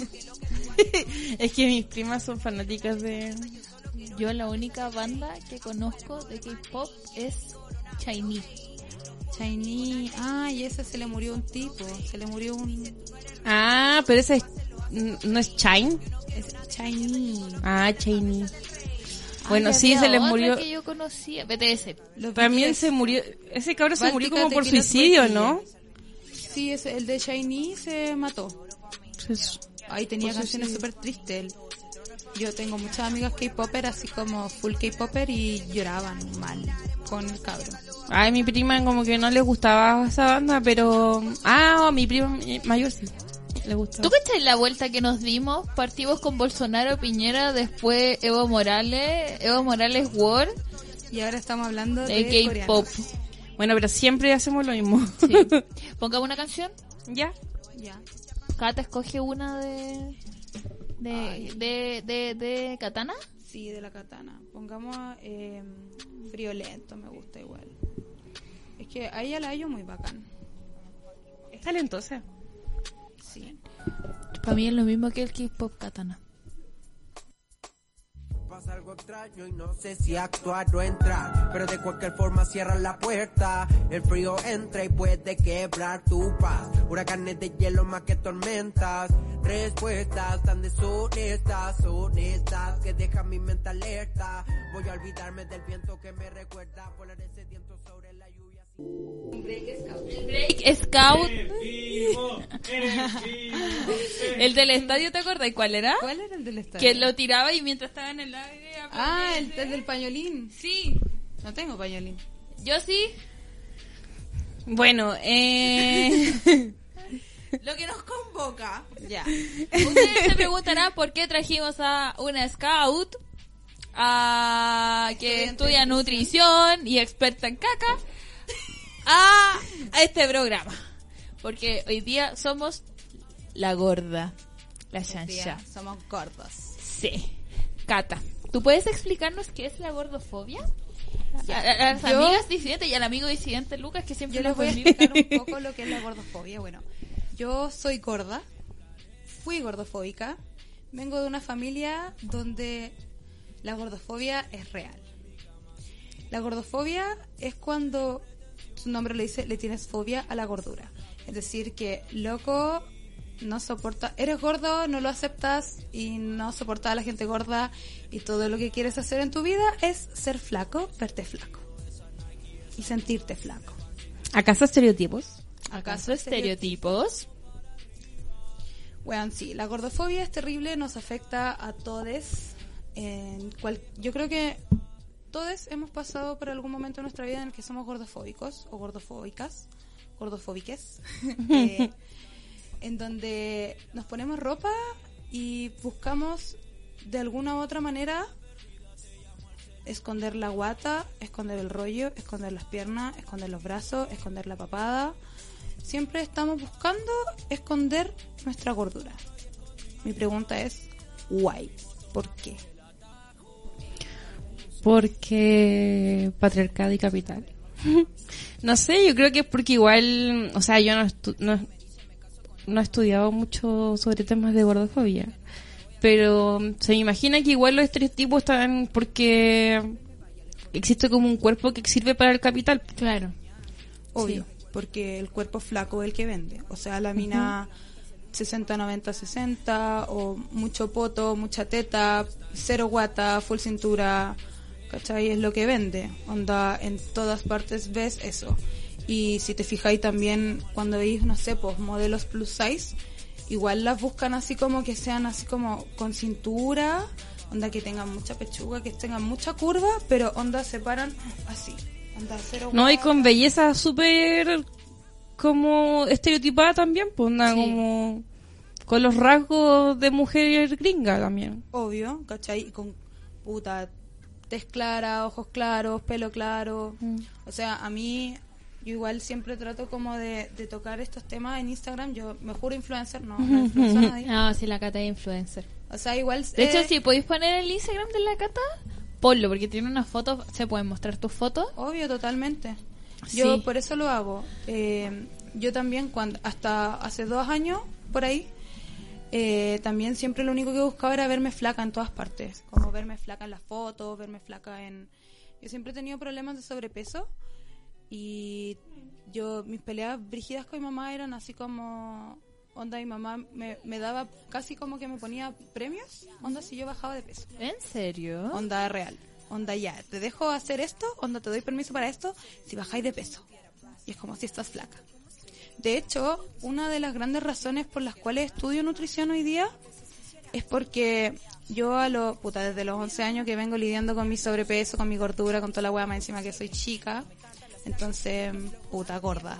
[SPEAKER 3] Es que mis primas son fanáticas de...
[SPEAKER 4] Yo la única banda que conozco de K-pop es Shiny.
[SPEAKER 5] Shiny. Ah, y ese se le murió un tipo. Se le murió un...
[SPEAKER 3] Ah, pero ese es... ¿No es Shine?
[SPEAKER 5] Es Shiny.
[SPEAKER 3] Ah, Shiny. Bueno,
[SPEAKER 4] Ay,
[SPEAKER 3] sí,
[SPEAKER 4] había
[SPEAKER 3] se le
[SPEAKER 4] otra
[SPEAKER 3] murió...
[SPEAKER 4] que yo conocía. B T S.
[SPEAKER 5] Los
[SPEAKER 3] También
[SPEAKER 5] B T S.
[SPEAKER 3] se murió... Ese cabrón se murió
[SPEAKER 5] Báltica,
[SPEAKER 3] como por
[SPEAKER 5] Tequila,
[SPEAKER 3] suicidio,
[SPEAKER 5] Tequila.
[SPEAKER 3] ¿no?
[SPEAKER 5] Sí, ese, el de Shiny se mató.
[SPEAKER 3] Pues,
[SPEAKER 5] Ahí tenía
[SPEAKER 3] Por
[SPEAKER 5] canciones
[SPEAKER 3] suicidio.
[SPEAKER 5] súper tristes él. Yo tengo muchas amigas K-popper, así como full K-popper, y lloraban mal con el cabro.
[SPEAKER 3] Ay, mi prima como que no le gustaba esa banda, pero... Ah, a mi prima mayor sí. Le gustaba.
[SPEAKER 4] ¿Tú cachai la vuelta que nos dimos? Partimos con Bolsonaro, Piñera, después Evo Morales, Evo Morales World,
[SPEAKER 5] Y ahora estamos hablando de,
[SPEAKER 4] de K-pop.
[SPEAKER 5] coreanos.
[SPEAKER 3] Bueno, pero siempre hacemos lo mismo.
[SPEAKER 4] Sí. Pongamos una canción.
[SPEAKER 3] ¿Ya?
[SPEAKER 5] Ya.
[SPEAKER 4] Cata, escoge una de... De,
[SPEAKER 5] Ay.
[SPEAKER 4] de, de, de Katana.
[SPEAKER 5] Sí, de la katana. Pongamos eh, Friolento, me gusta igual. Es que a ella la hallo muy bacán.
[SPEAKER 3] Es talentosa.
[SPEAKER 5] Sí.
[SPEAKER 4] Para mí es lo mismo que el K-pop Katana.
[SPEAKER 7] Pasa algo extraño y no sé si actuar o entrar, pero de cualquier forma cierran la puerta. El frío entra y puede quebrar tu paz. Huracanes de hielo más que tormentas. Respuestas tan deshonestas, honestas, que dejan mi mente alerta. Voy a olvidarme del viento que me recuerda, volar ese viento sobre la lluvia.
[SPEAKER 4] Break Scout. El del estadio, ¿te acuerdas? ¿Y cuál era?
[SPEAKER 5] ¿Cuál era el del estadio?
[SPEAKER 4] Que lo tiraba y mientras estaba en el aire...
[SPEAKER 5] Ah, el,
[SPEAKER 4] aplaudía.
[SPEAKER 5] el del pañolín.
[SPEAKER 4] Sí,
[SPEAKER 5] No tengo pañolín.
[SPEAKER 4] yo sí.
[SPEAKER 3] Bueno, eh...
[SPEAKER 4] Lo que nos convoca.
[SPEAKER 5] Ya.
[SPEAKER 4] Ustedes se preguntarán por qué trajimos a una scout a que
[SPEAKER 5] Estudiante
[SPEAKER 4] estudia
[SPEAKER 5] de
[SPEAKER 4] nutrición y experta en caca a, a este programa. Porque hoy día somos la gorda, la
[SPEAKER 5] Tía,
[SPEAKER 4] chancha.
[SPEAKER 5] somos gordos.
[SPEAKER 4] Sí. Cata, ¿tú puedes explicarnos qué es la gordofobia?
[SPEAKER 5] Ya.
[SPEAKER 4] A, a las
[SPEAKER 5] Yo-
[SPEAKER 4] amigas disidentes y al amigo disidente Lucas, que siempre
[SPEAKER 5] Yo les
[SPEAKER 4] nos
[SPEAKER 5] voy a
[SPEAKER 4] bendiga.
[SPEAKER 5] explicar un poco lo que es la gordofobia. Bueno, yo soy gorda, fui gordofóbica, vengo de una familia donde la gordofobia es real. La gordofobia es cuando su nombre le dice, le tienes fobia a la gordura. Es decir, que loco, no soporta, eres gordo, no lo aceptas y no soportas a la gente gorda y todo lo que quieres hacer en tu vida es ser flaco, verte flaco y sentirte flaco.
[SPEAKER 3] ¿Acaso estereotipos?
[SPEAKER 4] ¿Acaso estereotipos?
[SPEAKER 5] Bueno, sí, la gordofobia es terrible, nos afecta a todos. En cual, yo creo que todos hemos pasado por algún momento en nuestra vida en el que somos gordofóbicos o gordofóbicas, gordofóbiques, eh, en donde nos ponemos ropa y buscamos de alguna u otra manera esconder la guata, esconder el rollo, esconder las piernas, esconder los brazos, esconder la papada. Siempre estamos buscando esconder nuestra gordura. Mi pregunta es, ¿why? ¿Por qué?
[SPEAKER 3] Porque patriarcado y capital. No sé, yo creo que es porque igual, o sea, yo no, estu- no, no he estudiado mucho sobre temas de gordofobia, pero se me imagina que igual los estereotipos están porque existe como un cuerpo que sirve para el capital.
[SPEAKER 4] Claro.
[SPEAKER 5] Obvio, porque el cuerpo flaco es el que vende. O sea, la mina sesenta, noventa, sesenta, o mucho poto, mucha teta, cero guata, full cintura, ¿cachai? Es lo que vende. Onda, en todas partes ves eso. Y si te fijáis también, cuando veis, no sé, pues modelos plus size, igual las buscan así como que sean así como con cintura, onda que tengan mucha pechuga, que tengan mucha curva, pero onda se paran así. Onda cero
[SPEAKER 3] No, y
[SPEAKER 5] guata.
[SPEAKER 3] con belleza súper como estereotipada también, pues nada,
[SPEAKER 5] Sí.
[SPEAKER 3] como con los rasgos de mujer gringa también.
[SPEAKER 5] Obvio, ¿cachai? Y con puta, tez clara, ojos claros, pelo claro.
[SPEAKER 3] Mm.
[SPEAKER 5] O sea, a mí, yo igual siempre trato como de, de tocar estos temas en Instagram. Yo me juro influencer, no, no influencer a nadie.
[SPEAKER 4] No, sí, la Cata es influencer.
[SPEAKER 5] O sea, igual...
[SPEAKER 4] De
[SPEAKER 5] eh,
[SPEAKER 4] hecho, si podéis poner el Instagram de la Cata, ponlo, porque tiene unas fotos, se pueden mostrar tus fotos.
[SPEAKER 5] Obvio, totalmente. Yo
[SPEAKER 4] Sí.
[SPEAKER 5] por eso lo hago. Eh, yo también, cuando hasta hace dos años, por ahí, eh, también siempre lo único que buscaba era verme flaca en todas partes. Como verme flaca en las fotos, verme flaca en... Yo siempre he tenido problemas de sobrepeso y yo mis peleas brígidas con mi mamá eran así como... Onda, mi mamá me, me daba casi como que me ponía premios, onda, si yo bajaba de peso.
[SPEAKER 4] ¿En serio?
[SPEAKER 5] Onda real. Onda, ya, te dejo hacer esto, onda, te doy permiso para esto, si bajáis de peso. Y es como si estás flaca. De hecho, una de las grandes razones por las cuales estudio nutrición hoy día es porque yo a los, puta, desde los once años que vengo lidiando con mi sobrepeso, con mi gordura, con toda la hueá, más encima que soy chica, entonces, puta, gorda.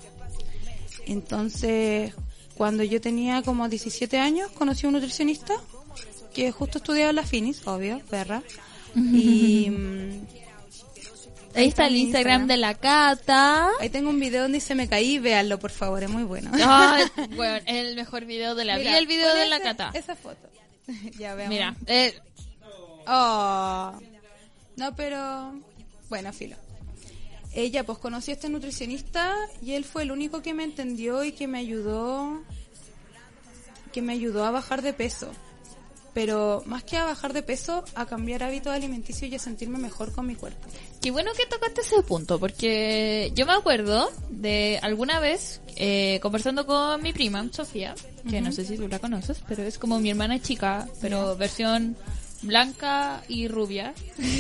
[SPEAKER 5] Entonces, cuando yo tenía como diecisiete años, conocí a un nutricionista que justo estudiaba en la Finis, obvio, perra. Y mm,
[SPEAKER 4] ahí está el Instagram de la Cata.
[SPEAKER 5] Ahí tengo un video donde se me caí, véanlo por favor, es muy bueno.
[SPEAKER 4] Ay, bueno, es el mejor video de la vida,
[SPEAKER 5] Mira,
[SPEAKER 4] el video de
[SPEAKER 5] pon
[SPEAKER 4] la
[SPEAKER 5] ese-
[SPEAKER 4] Cata.
[SPEAKER 5] Esa foto. Ya veamos.
[SPEAKER 4] Mira, eh,
[SPEAKER 5] Oh. No, pero bueno, filo. Ella pues conocí a este nutricionista y él fue el único que me entendió y que me ayudó que me ayudó a bajar de peso. Pero más que a bajar de peso, a cambiar hábitos alimenticios y a sentirme mejor con mi cuerpo.
[SPEAKER 4] qué bueno que tocaste ese punto, porque yo me acuerdo de alguna vez eh, conversando con mi prima, Sofía, que no sé si tú la conoces, pero es como mi hermana chica, pero versión blanca y rubia.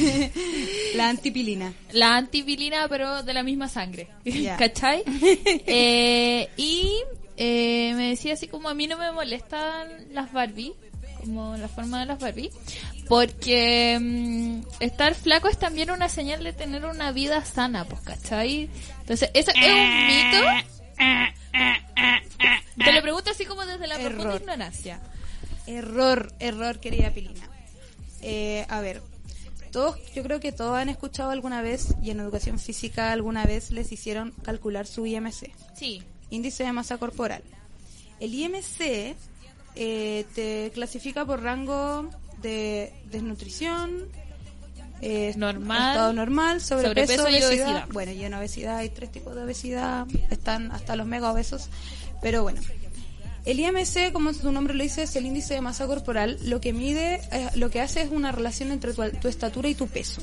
[SPEAKER 5] La antipilina.
[SPEAKER 4] La antipilina, pero de la misma sangre.
[SPEAKER 5] Ya.
[SPEAKER 4] ¿Cachai? Eh, y eh, me decía así como a mí no me molestan las Barbie, como la forma de las Barbie, porque mm, estar flaco es también una señal de tener una vida sana, pues, ¿cachai? Entonces, eso es un mito. Te lo pregunto así como desde la profunda
[SPEAKER 5] Error.
[SPEAKER 4] ignorancia.
[SPEAKER 5] Error, error, querida Pilina. Eh, a ver, todos, yo creo que todos han escuchado alguna vez, y en educación física alguna vez les hicieron calcular su I M C,
[SPEAKER 4] Sí.
[SPEAKER 5] índice de masa corporal. El I M C eh, te clasifica por rango de desnutrición, eh,
[SPEAKER 4] Normal,
[SPEAKER 5] estado normal, sobrepeso,
[SPEAKER 4] sobrepeso y
[SPEAKER 5] obesidad.
[SPEAKER 4] obesidad.
[SPEAKER 5] Bueno, y en obesidad hay tres tipos de obesidad, están hasta los mega obesos, pero bueno. El I M C, como su nombre lo dice, es el índice de masa corporal. Lo que mide, eh, lo que hace es una relación entre tu, tu estatura y tu peso.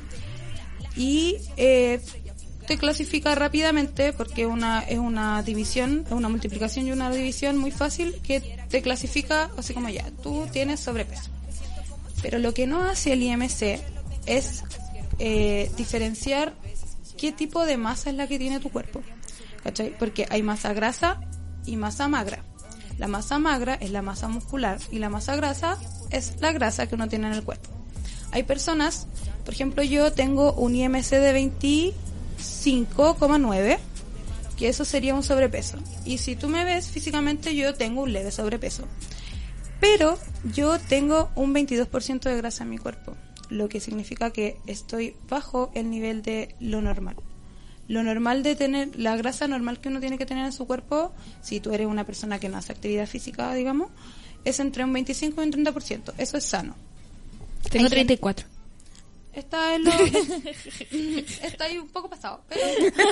[SPEAKER 5] Y eh, te clasifica rápidamente porque una es una división, es una multiplicación y una división muy fácil que te clasifica así como ya, tú tienes sobrepeso. Pero lo que no hace el I M C es eh, diferenciar qué tipo de masa es la que tiene tu cuerpo, ¿cachai? Porque hay masa grasa y masa magra. La masa magra es la masa muscular y la masa grasa es la grasa que uno tiene en el cuerpo. Hay personas, por ejemplo, yo tengo un I M C de veinticinco coma nueve, que eso sería un sobrepeso. Y si tú me ves físicamente, yo tengo un leve sobrepeso. Pero yo tengo un veintidós por ciento de grasa en mi cuerpo, lo que significa que estoy bajo el nivel de lo normal. Lo normal de tener, la grasa normal que uno tiene que tener en su cuerpo, si tú eres una persona que no hace actividad física, digamos, es entre un veinticinco y un treinta por ciento. Eso es sano.
[SPEAKER 4] Tengo
[SPEAKER 5] Hay
[SPEAKER 4] treinta y cuatro.
[SPEAKER 5] Está en lo... está ahí un poco pasado, pero...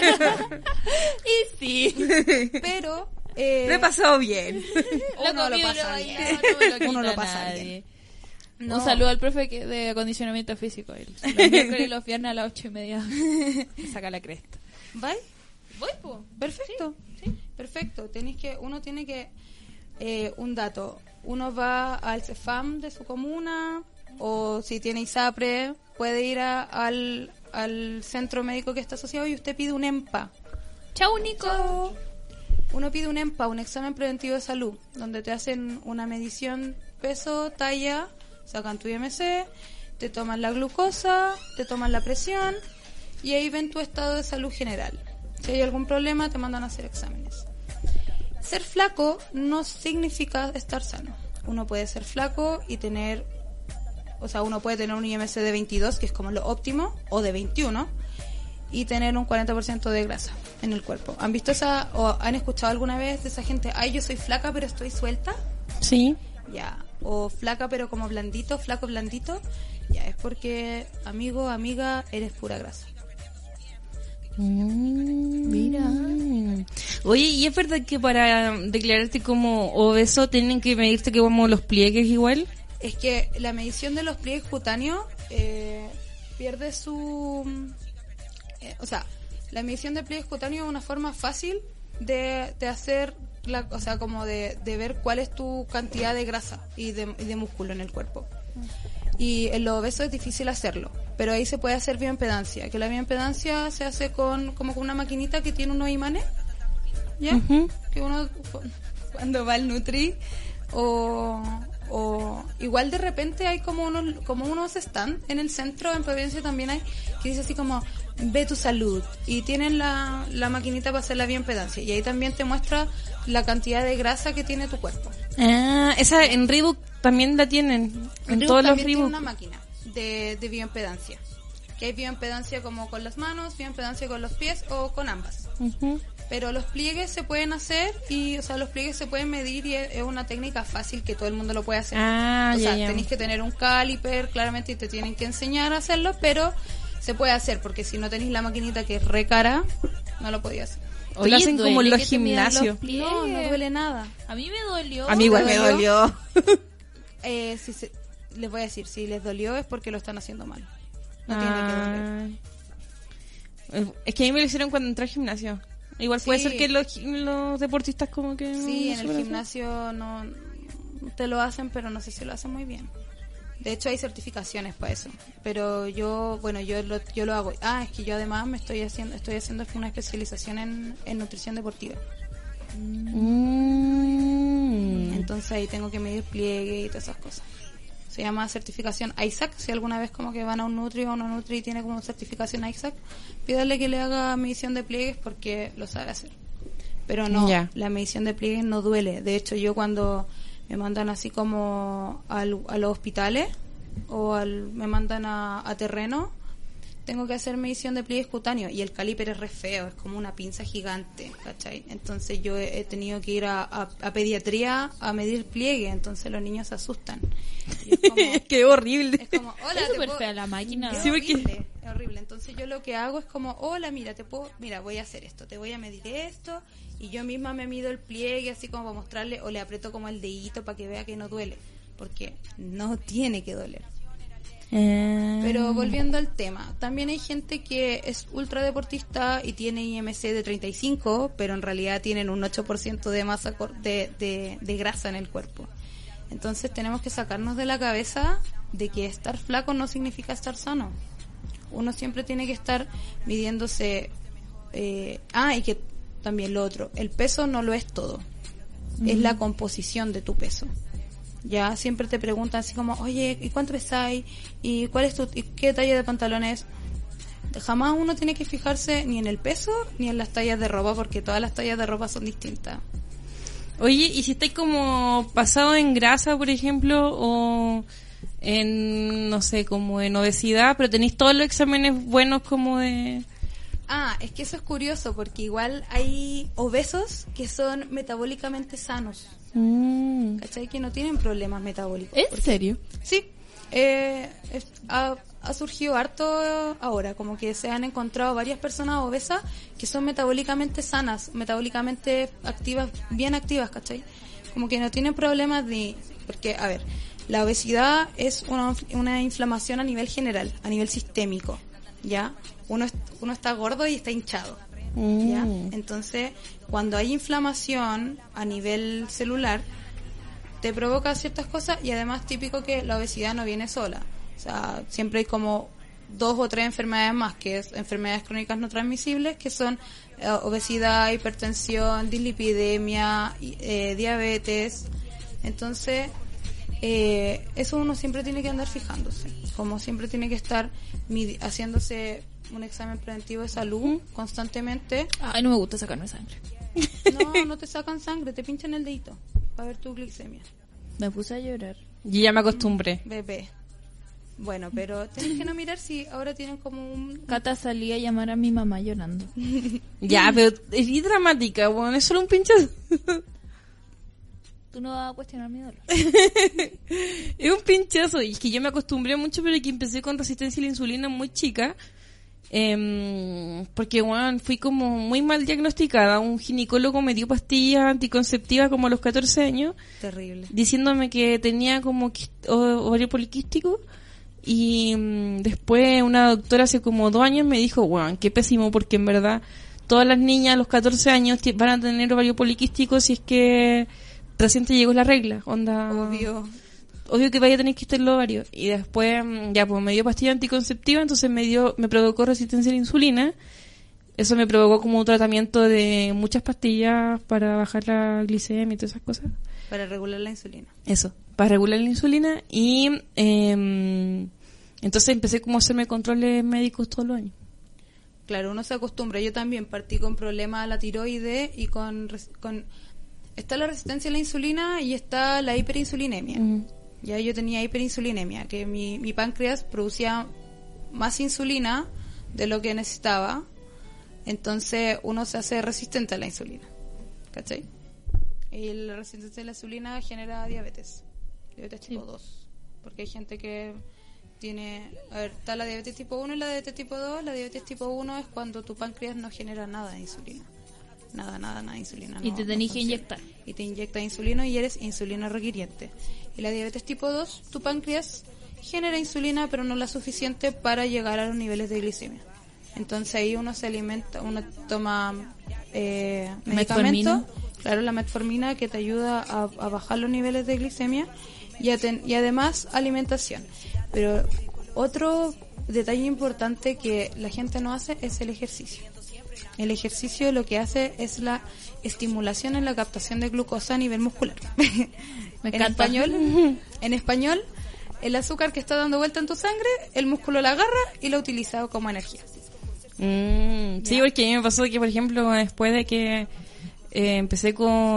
[SPEAKER 4] Y sí.
[SPEAKER 5] pero eh,
[SPEAKER 8] Lo he pasado bien.
[SPEAKER 5] uno lo
[SPEAKER 4] comí,
[SPEAKER 5] pasa
[SPEAKER 4] lo
[SPEAKER 5] bien.
[SPEAKER 4] bailado, no me lo
[SPEAKER 5] Uno
[SPEAKER 4] quita
[SPEAKER 5] lo pasa
[SPEAKER 4] nadie.
[SPEAKER 5] bien.
[SPEAKER 4] Un
[SPEAKER 5] No.
[SPEAKER 4] saludo al profe que de acondicionamiento físico. él. Los miércoles y los viernes a las ocho y media saca la cresta.
[SPEAKER 5] ¿Vai?
[SPEAKER 4] Voy, po.
[SPEAKER 5] Perfecto. Perfecto. Tenéis que, uno tiene que, eh, un dato, uno va al CEFAM de su comuna, o si tiene ISAPRE, puede ir a- al, al centro médico que está asociado y usted pide un EMPA.
[SPEAKER 4] Chau, Nico.
[SPEAKER 5] Uno pide un EMPA, un examen preventivo de salud, donde te hacen una medición peso, talla, sacan tu I M C, te toman la glucosa, te toman la presión y ahí ven tu estado de salud general. Si hay algún problema, te mandan a hacer exámenes. Ser flaco no significa estar sano. Uno puede ser flaco y tener, o sea, uno puede tener un I M C de veintidós, que es como lo óptimo, o de veintiuno, y tener un cuarenta por ciento de grasa en el cuerpo. ¿Han visto esa, o han escuchado alguna vez de esa gente, ay, yo soy flaca pero estoy suelta?
[SPEAKER 3] Sí.
[SPEAKER 5] Ya. O flaca pero como blandito, flaco blandito. Ya, es porque, amigo, amiga, eres pura grasa.
[SPEAKER 3] Mira. Oye, ¿y es verdad que para declararte como obeso tienen que medirte que como los pliegues igual?
[SPEAKER 5] Es que la medición de los pliegues cutáneos eh, pierde su... eh, o sea, la medición de pliegues cutáneos es una forma fácil de, de hacer, la, o sea, como de, de ver cuál es tu cantidad de grasa y de, y de músculo en el cuerpo. Y en los obesos es difícil hacerlo, pero ahí se puede hacer bioimpedancia, que la bioimpedancia se hace con como con una maquinita que tiene unos imanes, ¿ya? Uh-huh. Que uno cuando va al Nutri o, o igual de repente hay como unos como unos stand en el centro, en Providencia también hay, que dice así como ve tu salud, y tienen la, la maquinita para hacer la bioimpedancia, y ahí también te muestra la cantidad de grasa que tiene tu cuerpo.
[SPEAKER 3] Ah, esa en Reebok también la tienen, en
[SPEAKER 5] Reebok
[SPEAKER 3] todos los
[SPEAKER 5] también tiene
[SPEAKER 3] Reebok.
[SPEAKER 5] una máquina de, de bioimpedancia, que hay bioimpedancia como con las manos, bioimpedancia con los pies o con ambas. Uh-huh. Pero los pliegues se pueden hacer y, o sea, los pliegues se pueden medir y es, es una técnica fácil que todo el mundo lo puede hacer.
[SPEAKER 3] Ah,
[SPEAKER 5] o
[SPEAKER 3] ya,
[SPEAKER 5] sea,
[SPEAKER 3] ya.
[SPEAKER 5] tenéis que tener un caliper, claramente, y te tienen que enseñar a hacerlo, pero se puede hacer, porque si no tenéis la maquinita que es re cara, no lo podías hacer.
[SPEAKER 3] O lo hacen como en los
[SPEAKER 4] que te midan
[SPEAKER 3] gimnasios.
[SPEAKER 4] los pliegues.
[SPEAKER 5] No, no duele nada.
[SPEAKER 4] A mí me dolió.
[SPEAKER 3] A mí igual me dolió.
[SPEAKER 5] Eh, si se, les voy a decir, si les dolió es porque lo están haciendo mal. No
[SPEAKER 3] ah.
[SPEAKER 5] tiene que doler.
[SPEAKER 3] Es que a mí me lo hicieron cuando entré al gimnasio. Igual puede
[SPEAKER 5] Sí.
[SPEAKER 3] ser que los, los deportistas como que...
[SPEAKER 5] Sí,
[SPEAKER 3] no
[SPEAKER 5] en el gimnasio no te lo hacen, pero no sé si lo hacen muy bien. De hecho hay certificaciones para eso, pero yo, bueno, yo lo, yo lo hago. Ah, es que yo además me estoy haciendo, estoy haciendo una especialización en, en nutrición deportiva.
[SPEAKER 3] Mm.
[SPEAKER 5] Entonces ahí tengo que medir pliegue y todas esas cosas. Se llama certificación I S A C. Si alguna vez como que van a un Nutri o una Nutri y tiene como certificación I S A C, pídale que le haga medición de pliegues porque lo sabe hacer. Pero no,
[SPEAKER 3] Ya.
[SPEAKER 5] la medición de pliegues no duele. De hecho, yo cuando me mandan así como al, a los hospitales o al, me mandan a, a terreno, tengo que hacer medición de pliegues cutáneos y el caliper es re feo, es como una pinza gigante, ¿cachai? Entonces yo he, he tenido que ir a, a, a pediatría a medir pliegue, entonces los niños se asustan. Y es como,
[SPEAKER 3] Qué horrible.
[SPEAKER 5] es como, hola,
[SPEAKER 4] Es
[SPEAKER 5] te
[SPEAKER 4] súper
[SPEAKER 5] puedo-
[SPEAKER 4] fea la máquina.
[SPEAKER 5] Es
[SPEAKER 3] Sí, porque-
[SPEAKER 5] horrible, es horrible. Entonces yo lo que hago es como, hola, mira, te puedo, mira, voy a hacer esto, te voy a medir esto, y yo misma me mido el pliegue así como para mostrarle, o le aprieto como el dedito para que vea que no duele, porque no tiene que doler.
[SPEAKER 3] Eh,
[SPEAKER 5] Pero volviendo al tema, también hay gente que es ultra deportista y tiene I M C de treinta y cinco, pero en realidad tienen un ocho por ciento de masa cor- de, de, de grasa en el cuerpo. Entonces tenemos que sacarnos de la cabeza de que estar flaco no significa estar sano. Uno siempre tiene que estar midiéndose. Eh, ah, y que también lo otro, el peso no lo es todo, es la composición de tu peso. Ya siempre te preguntan así como, oye, ¿y cuánto pesáis? ¿Y cuál es tu, y qué talla de pantalones? Jamás uno tiene que fijarse ni en el peso ni en las tallas de ropa, porque todas las tallas de ropa son distintas.
[SPEAKER 3] Oye, ¿y si estáis como pasado en grasa, por ejemplo, o en, no sé, como en obesidad, pero tenéis todos los exámenes buenos como de...
[SPEAKER 5] Ah, es que eso es curioso, porque igual hay obesos que son metabólicamente sanos,
[SPEAKER 3] Mm.
[SPEAKER 5] ¿cachai? Que no tienen problemas metabólicos.
[SPEAKER 4] ¿En
[SPEAKER 5] Porque-
[SPEAKER 4] serio?
[SPEAKER 5] Sí, eh, es- ha, ha surgido harto ahora, como que se han encontrado varias personas obesas que son metabólicamente sanas, metabólicamente activas, bien activas, ¿cachai? Como que no tienen problemas de... Porque, a ver, la obesidad es una, una inflamación a nivel general, a nivel sistémico, ¿ya? Uno, es- uno está gordo y está hinchado. ¿Ya? Entonces, cuando hay inflamación a nivel celular, te provoca ciertas cosas, y además típico que la obesidad no viene sola. O sea, siempre hay como dos o tres enfermedades más, que es enfermedades crónicas no transmisibles, que son eh, obesidad, hipertensión, dislipidemia, y, eh, diabetes. Entonces, eh, eso uno siempre tiene que andar fijándose, como siempre tiene que estar midi- haciéndose un examen preventivo de salud constantemente.
[SPEAKER 4] Ay, no me gusta sacarme sangre.
[SPEAKER 5] No, no te sacan sangre, te pinchan el dedito para ver tu glicemia.
[SPEAKER 4] Me puse a llorar.
[SPEAKER 3] Yo ya me acostumbré.
[SPEAKER 5] Bebé. Bueno, pero tienes que no mirar si ahora tienen como un...
[SPEAKER 4] Cata salía a llamar a mi mamá llorando.
[SPEAKER 3] Ya, pero es dramática, bueno, es solo un pinchazo.
[SPEAKER 4] Tú no vas a cuestionar mi dolor.
[SPEAKER 3] Es un pinchazo, y es que yo me acostumbré mucho, pero que empecé con resistencia a la insulina muy chica, Eh, porque, bueno, fui como muy mal diagnosticada. Un ginecólogo me dio pastillas anticonceptivas como a los catorce años.
[SPEAKER 5] Terrible.
[SPEAKER 3] Diciéndome que tenía como quist- o- ovario poliquístico. Y mm, después una doctora hace como dos años me dijo, bueno, qué pésimo, porque en verdad todas las niñas a los catorce años ti- van a tener ovario poliquístico si es que recién te llegó la regla. Onda,
[SPEAKER 5] Obvio.
[SPEAKER 3] obvio que vaya a tener que estar los ovarios. Y después, mm, ya, pues me dio pastilla anticonceptiva, entonces me dio, me provocó resistencia a la insulina. Eso me provocó como un tratamiento de muchas pastillas para bajar la glicemia y todas esas cosas.
[SPEAKER 5] Para regular la insulina.
[SPEAKER 3] Eso, para regular la insulina. Y eh, entonces empecé como a hacerme controles médicos todos los años.
[SPEAKER 5] Claro, uno se acostumbra. Yo también partí con problemas a la tiroides y con, res- con... Está la resistencia a la insulina y está la hiperinsulinemia.
[SPEAKER 3] Mm.
[SPEAKER 5] Ya yo tenía hiperinsulinemia, que mi, mi páncreas producía más insulina de lo que necesitaba. Entonces uno se hace resistente a la insulina. ¿Cachai? Y la resistencia a la insulina genera diabetes. Diabetes tipo dos. Porque hay gente que tiene... A ver, está la diabetes tipo uno y la diabetes tipo dos. La diabetes tipo uno es cuando tu páncreas no genera nada de insulina. Nada, nada, nada de insulina.
[SPEAKER 4] Y
[SPEAKER 5] no-
[SPEAKER 4] te
[SPEAKER 5] no
[SPEAKER 4] tenés que
[SPEAKER 5] funciona.
[SPEAKER 4] inyectar.
[SPEAKER 5] Y te inyecta insulina y eres insulina requiriente. Y la diabetes tipo dos, tu páncreas genera insulina, pero no la suficiente para llegar a los niveles de glicemia. Entonces ahí uno se alimenta, uno toma eh, medicamento,
[SPEAKER 4] Metformina.
[SPEAKER 5] claro, la metformina que te ayuda a, a bajar los niveles de glicemia y, a ten- y además alimentación. Pero otro detalle importante que la gente no hace es el ejercicio. El ejercicio lo que hace es la estimulación en la captación de glucosa a nivel muscular.
[SPEAKER 4] Me
[SPEAKER 5] en
[SPEAKER 4] encanta.
[SPEAKER 5] español, en español, el azúcar que está dando vuelta en tu sangre, el músculo la agarra y la utiliza como energía.
[SPEAKER 3] Mm, sí, porque a mí me pasó que, por ejemplo, después de que eh, empecé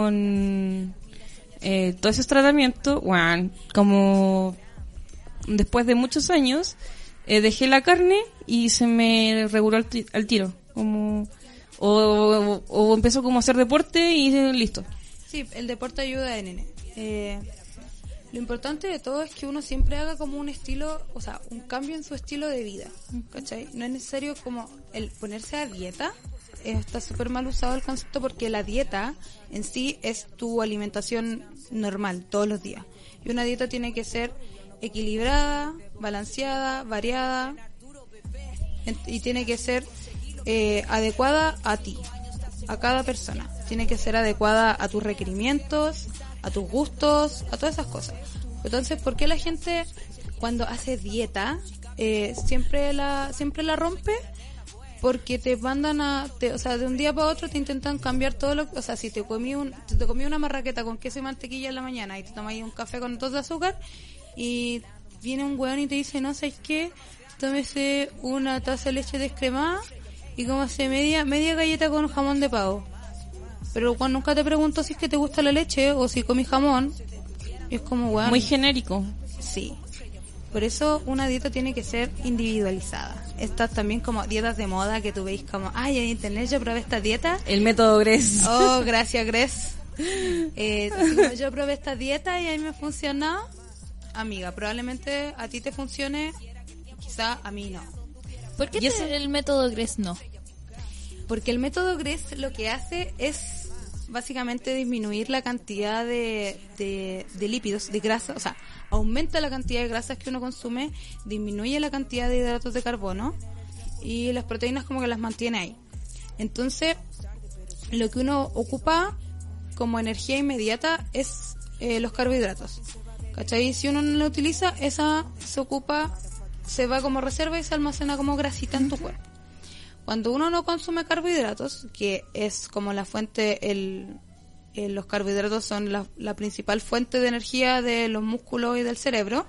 [SPEAKER 3] con eh, todos esos tratamientos, bueno, como después de muchos años, eh, dejé la carne y se me reguló al, ti- al tiro. Como, o, o, o empezó como a hacer deporte y eh, listo.
[SPEAKER 5] Sí, el deporte ayuda en nene. Eh, lo importante de todo es que uno siempre haga como un estilo, o sea, un cambio en su estilo de vida, ¿cachai? No es necesario como el ponerse a dieta. Eh, está súper mal usado el concepto porque la dieta en sí es tu alimentación normal todos los días. Y una dieta tiene que ser equilibrada, balanceada, variada, en- y tiene que ser eh, adecuada a ti, a cada persona. Tiene que ser adecuada a tus requerimientos, a tus gustos, a todas esas cosas. Entonces, ¿por qué la gente cuando hace dieta eh, siempre la siempre la rompe? Porque te mandan a, te, o sea, de un día para otro te intentan cambiar todo lo, o sea, si te comí un, si te comí una marraqueta con queso y mantequilla en la mañana y te tomas un café con dos de azúcar y viene un hueón y te dice, no sabes qué, tómese una taza de leche descremada y cómase media media galleta con jamón de pavo. Pero cuando nunca te pregunto si es que te gusta la leche o si comí jamón, es como hueón.
[SPEAKER 3] Muy genérico.
[SPEAKER 5] Sí. Por eso una dieta tiene que ser individualizada. Estas también como dietas de moda que tú veis como, ay, en internet yo probé esta dieta.
[SPEAKER 3] El método Gress.
[SPEAKER 5] Oh, gracias, Gres. Eh, así como yo probé esta dieta y a mí me funcionó. Amiga, probablemente a ti te funcione, quizá a mí no.
[SPEAKER 4] ¿Por qué
[SPEAKER 3] Y eso-
[SPEAKER 4] te- el método Gress no?
[SPEAKER 5] Porque el método Gress lo que hace es básicamente disminuir la cantidad de, de, de lípidos, de grasa, o sea, aumenta la cantidad de grasas que uno consume, disminuye la cantidad de hidratos de carbono y las proteínas como que las mantiene ahí. Entonces, lo que uno ocupa como energía inmediata es eh, los carbohidratos. ¿Cachai? Si uno no lo utiliza, esa se ocupa, se va como reserva y se almacena como grasita en tu cuerpo. Cuando uno no consume carbohidratos, que es como la fuente, el, el- los carbohidratos son la, la principal fuente de energía de los músculos y del cerebro,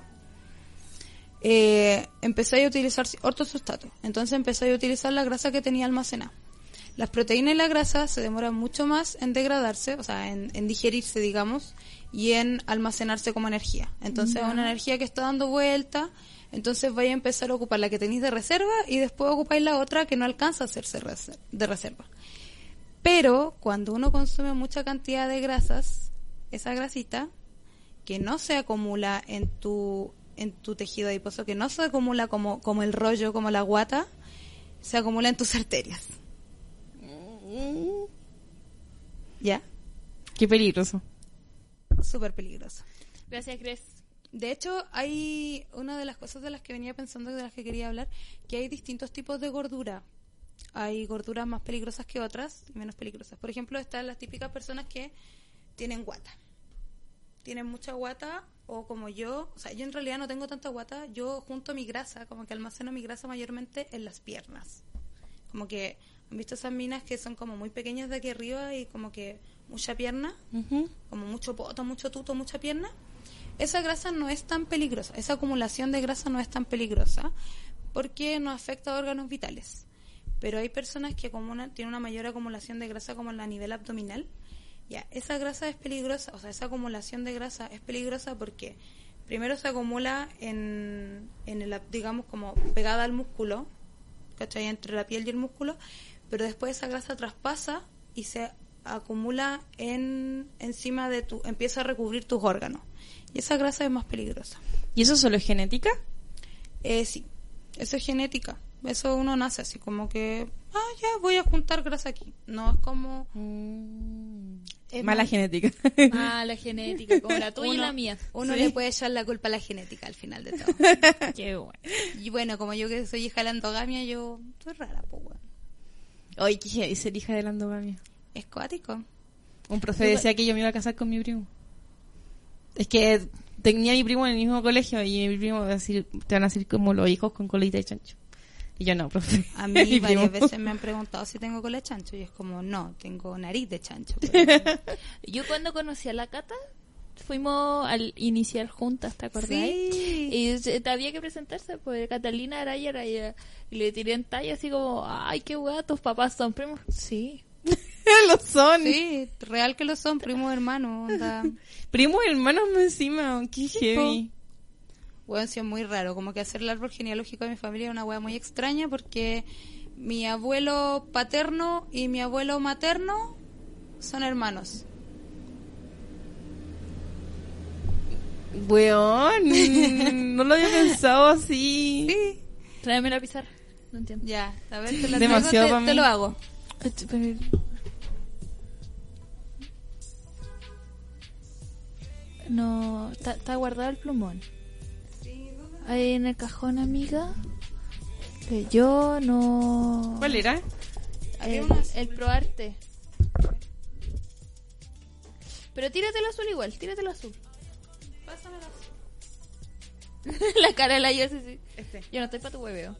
[SPEAKER 5] eh, empecé a utilizar ortosustato. Entonces empecé a utilizar la grasa que tenía almacenada. Las proteínas y la grasa se demoran mucho más en degradarse, o sea, en, en digerirse, digamos, y en almacenarse como energía. Entonces es una energía que está dando vuelta. Entonces vais a empezar a ocupar la que tenéis de reserva y después ocupáis la otra que no alcanza a hacerse reser- de reserva. Pero cuando uno consume mucha cantidad de grasas, esa grasita que no se acumula en tu en tu tejido adiposo, que no se acumula como como el rollo, como la guata, se acumula en tus arterias. ¿Ya?
[SPEAKER 3] Qué peligroso.
[SPEAKER 5] Súper peligroso.
[SPEAKER 4] Gracias, Gres.
[SPEAKER 5] De hecho, hay una de las cosas de las que venía pensando, de las que quería hablar, que hay distintos tipos de gordura. Hay gorduras más peligrosas que otras y menos peligrosas. Por ejemplo, están las típicas personas que tienen guata. Tienen mucha guata, o como yo, o sea, yo en realidad no tengo tanta guata, yo junto mi grasa, como que almaceno mi grasa mayormente en las piernas. Como que, ¿han visto esas minas que son como muy pequeñas de aquí arriba y como que mucha pierna?
[SPEAKER 3] Uh-huh.
[SPEAKER 5] Como mucho poto, mucho tuto, mucha pierna. Esa grasa no es tan peligrosa, esa acumulación de grasa no es tan peligrosa porque no afecta a órganos vitales. Pero hay personas que acumulan, tienen una mayor acumulación de grasa como en la nivel abdominal. Ya, esa grasa es peligrosa, o sea, esa acumulación de grasa es peligrosa porque primero se acumula en, en el, digamos, como pegada al músculo, ¿cachai? Entre la piel y el músculo, pero después esa grasa traspasa y se acumula en encima de tu, empieza a recubrir tus órganos. Y esa grasa es más peligrosa.
[SPEAKER 3] ¿Y eso solo es genética?
[SPEAKER 5] Eh, sí, eso es genética. Eso uno nace así, como que, ah, ya voy a juntar grasa aquí. No es como...
[SPEAKER 3] Mm.
[SPEAKER 5] Es
[SPEAKER 3] Mala
[SPEAKER 5] más-
[SPEAKER 3] genética.
[SPEAKER 4] Ah, la genética, como la tuya y
[SPEAKER 5] Uno-
[SPEAKER 4] la mía.
[SPEAKER 5] Uno
[SPEAKER 3] Sí.
[SPEAKER 5] le puede echar la culpa a la genética al final de todo.
[SPEAKER 3] Qué bueno.
[SPEAKER 5] Y bueno, como yo que soy hija de la endogamia, yo soy rara, pues bueno.
[SPEAKER 3] Oye, ¿qué es ser hija de la endogamia?
[SPEAKER 5] Es cuático.
[SPEAKER 3] Un profe decía que yo me iba a casar con mi primo. Es que tenía a mi primo en el mismo colegio y mi primo va a decir, te van a decir como los hijos con colita de chancho. Y yo no, profe.
[SPEAKER 5] A
[SPEAKER 3] Mi
[SPEAKER 5] mí varias
[SPEAKER 3] primo.
[SPEAKER 5] veces me han preguntado si tengo cola de chancho y es como, no, tengo nariz de chancho. Pero...
[SPEAKER 4] Yo cuando conocí a la Cata, fuimos al iniciar juntas, ¿te acordás?
[SPEAKER 5] Sí.
[SPEAKER 4] Y se- había que presentarse, pues Catalina Araya Araya. Y le tiré en talla así como, ay, qué hueá, tus papás son primos. Sí.
[SPEAKER 3] Lo son.
[SPEAKER 5] Sí, real que lo son, primos hermanos, onda.
[SPEAKER 3] Primos hermanos más encima, qué heavy.
[SPEAKER 5] Bueno, sí, es muy raro, como que hacer el árbol genealógico de mi familia es una hueá muy extraña porque mi abuelo paterno y mi abuelo materno son hermanos.
[SPEAKER 3] Weón, no lo había pensado así.
[SPEAKER 5] Sí.
[SPEAKER 4] Tráeme la pizarra. No entiendo.
[SPEAKER 5] Ya, a ver, te, la
[SPEAKER 3] Demasiado
[SPEAKER 5] traigo,
[SPEAKER 3] pa'
[SPEAKER 5] te, te
[SPEAKER 3] mí.
[SPEAKER 5] lo hago.
[SPEAKER 4] No, está está guardado el plumón. Ahí en el cajón, amiga. Que yo no...
[SPEAKER 3] ¿Cuál era?
[SPEAKER 5] Había
[SPEAKER 4] El,
[SPEAKER 5] una-
[SPEAKER 4] el proarte. Pero tírate el azul igual, tírate el azul.
[SPEAKER 5] Pásamelo.
[SPEAKER 4] La cara de la yo, sí, sí.
[SPEAKER 3] Este.
[SPEAKER 4] Yo no estoy para tu hueveo.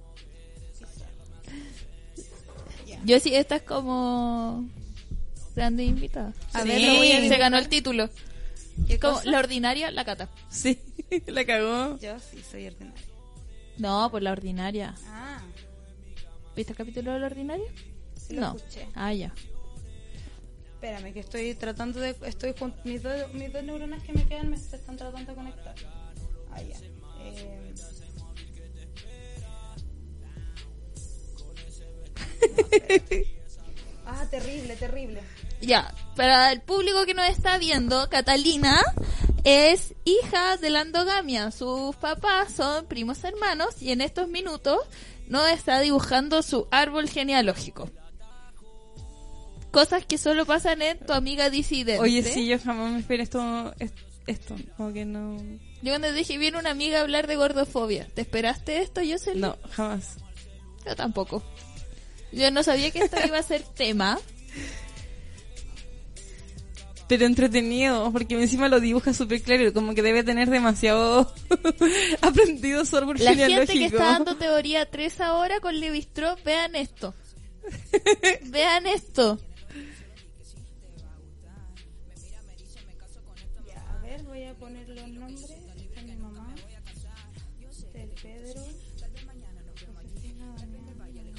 [SPEAKER 4] Yo sí, esta es como... grande invitada.
[SPEAKER 5] A
[SPEAKER 3] Sí.
[SPEAKER 5] ver, lo voy a
[SPEAKER 4] Se
[SPEAKER 5] dibujar.
[SPEAKER 4] ganó el título.
[SPEAKER 5] ¿Qué
[SPEAKER 4] Como
[SPEAKER 5] cosa?
[SPEAKER 4] la ordinaria, la Cata.
[SPEAKER 3] Sí, la cagó.
[SPEAKER 5] Yo sí soy ordinaria.
[SPEAKER 4] No, pues la ordinaria.
[SPEAKER 5] Ah,
[SPEAKER 4] ¿Viste el capítulo de la ordinaria?
[SPEAKER 5] sí lo
[SPEAKER 4] No.
[SPEAKER 5] escuché.
[SPEAKER 4] Ah, ya.
[SPEAKER 5] Espérame, que estoy tratando de... Estoy jun- mis, dos, mis dos neuronas que me quedan me se están tratando de conectar. Ah, ya. Eh... no, espérate. Ah, terrible, terrible.
[SPEAKER 4] Ya, para el público que nos está viendo, Catalina es hija de la endogamia. Sus papás son primos hermanos y en estos minutos nos está dibujando su árbol genealógico. Cosas que solo pasan en tu amiga disidente.
[SPEAKER 3] Oye, sí, yo jamás me esperé esto, es- esto, como que no,
[SPEAKER 4] Yo cuando dije, viene una amiga a hablar de gordofobia. ¿Te esperaste esto, Jocelyn?
[SPEAKER 3] no, jamás.
[SPEAKER 4] Yo tampoco. Yo no sabía que esto iba a ser tema.
[SPEAKER 3] Pero entretenido, porque encima lo dibuja súper claro, como que debe tener demasiado aprendido su árbol
[SPEAKER 4] La gente
[SPEAKER 3] genealógico.
[SPEAKER 4] que está dando teoría tres ahora con Levi Strauss, vean esto. Vean esto.
[SPEAKER 5] Ya, a ver, voy a poner los nombres de mi mamá, del Pedro, Josefina, Damián.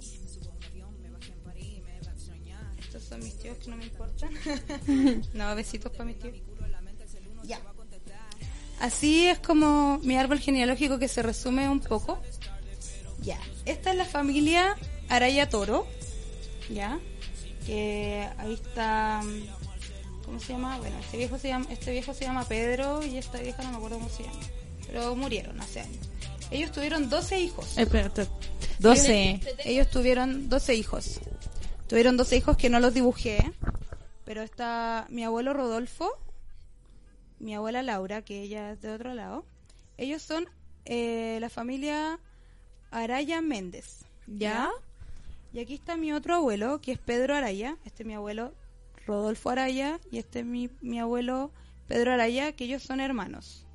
[SPEAKER 5] Estos son mis tíos que no me importan. No, besitos para mis tíos. Ya. Así es como mi árbol genealógico que se resume un poco. Ya. Esta es la familia Araya Toro. Ya. Que ahí está. ¿Cómo se llama? Bueno, este viejo se llama, este viejo se llama Pedro y esta vieja no me acuerdo cómo se llama. Pero murieron hace años. Ellos tuvieron doce hijos.
[SPEAKER 3] Espérate. doce.
[SPEAKER 5] Ellos tuvieron doce hijos. Tuvieron doce hijos que no los dibujé, pero está mi abuelo Rodolfo, mi abuela Laura, que ella es de otro lado. Ellos son eh, la familia Araya Méndez.
[SPEAKER 4] ¿Ya?
[SPEAKER 5] Y aquí está mi otro abuelo, que es Pedro Araya. Este es mi abuelo Rodolfo Araya y este es mi, mi abuelo Pedro Araya, que ellos son hermanos.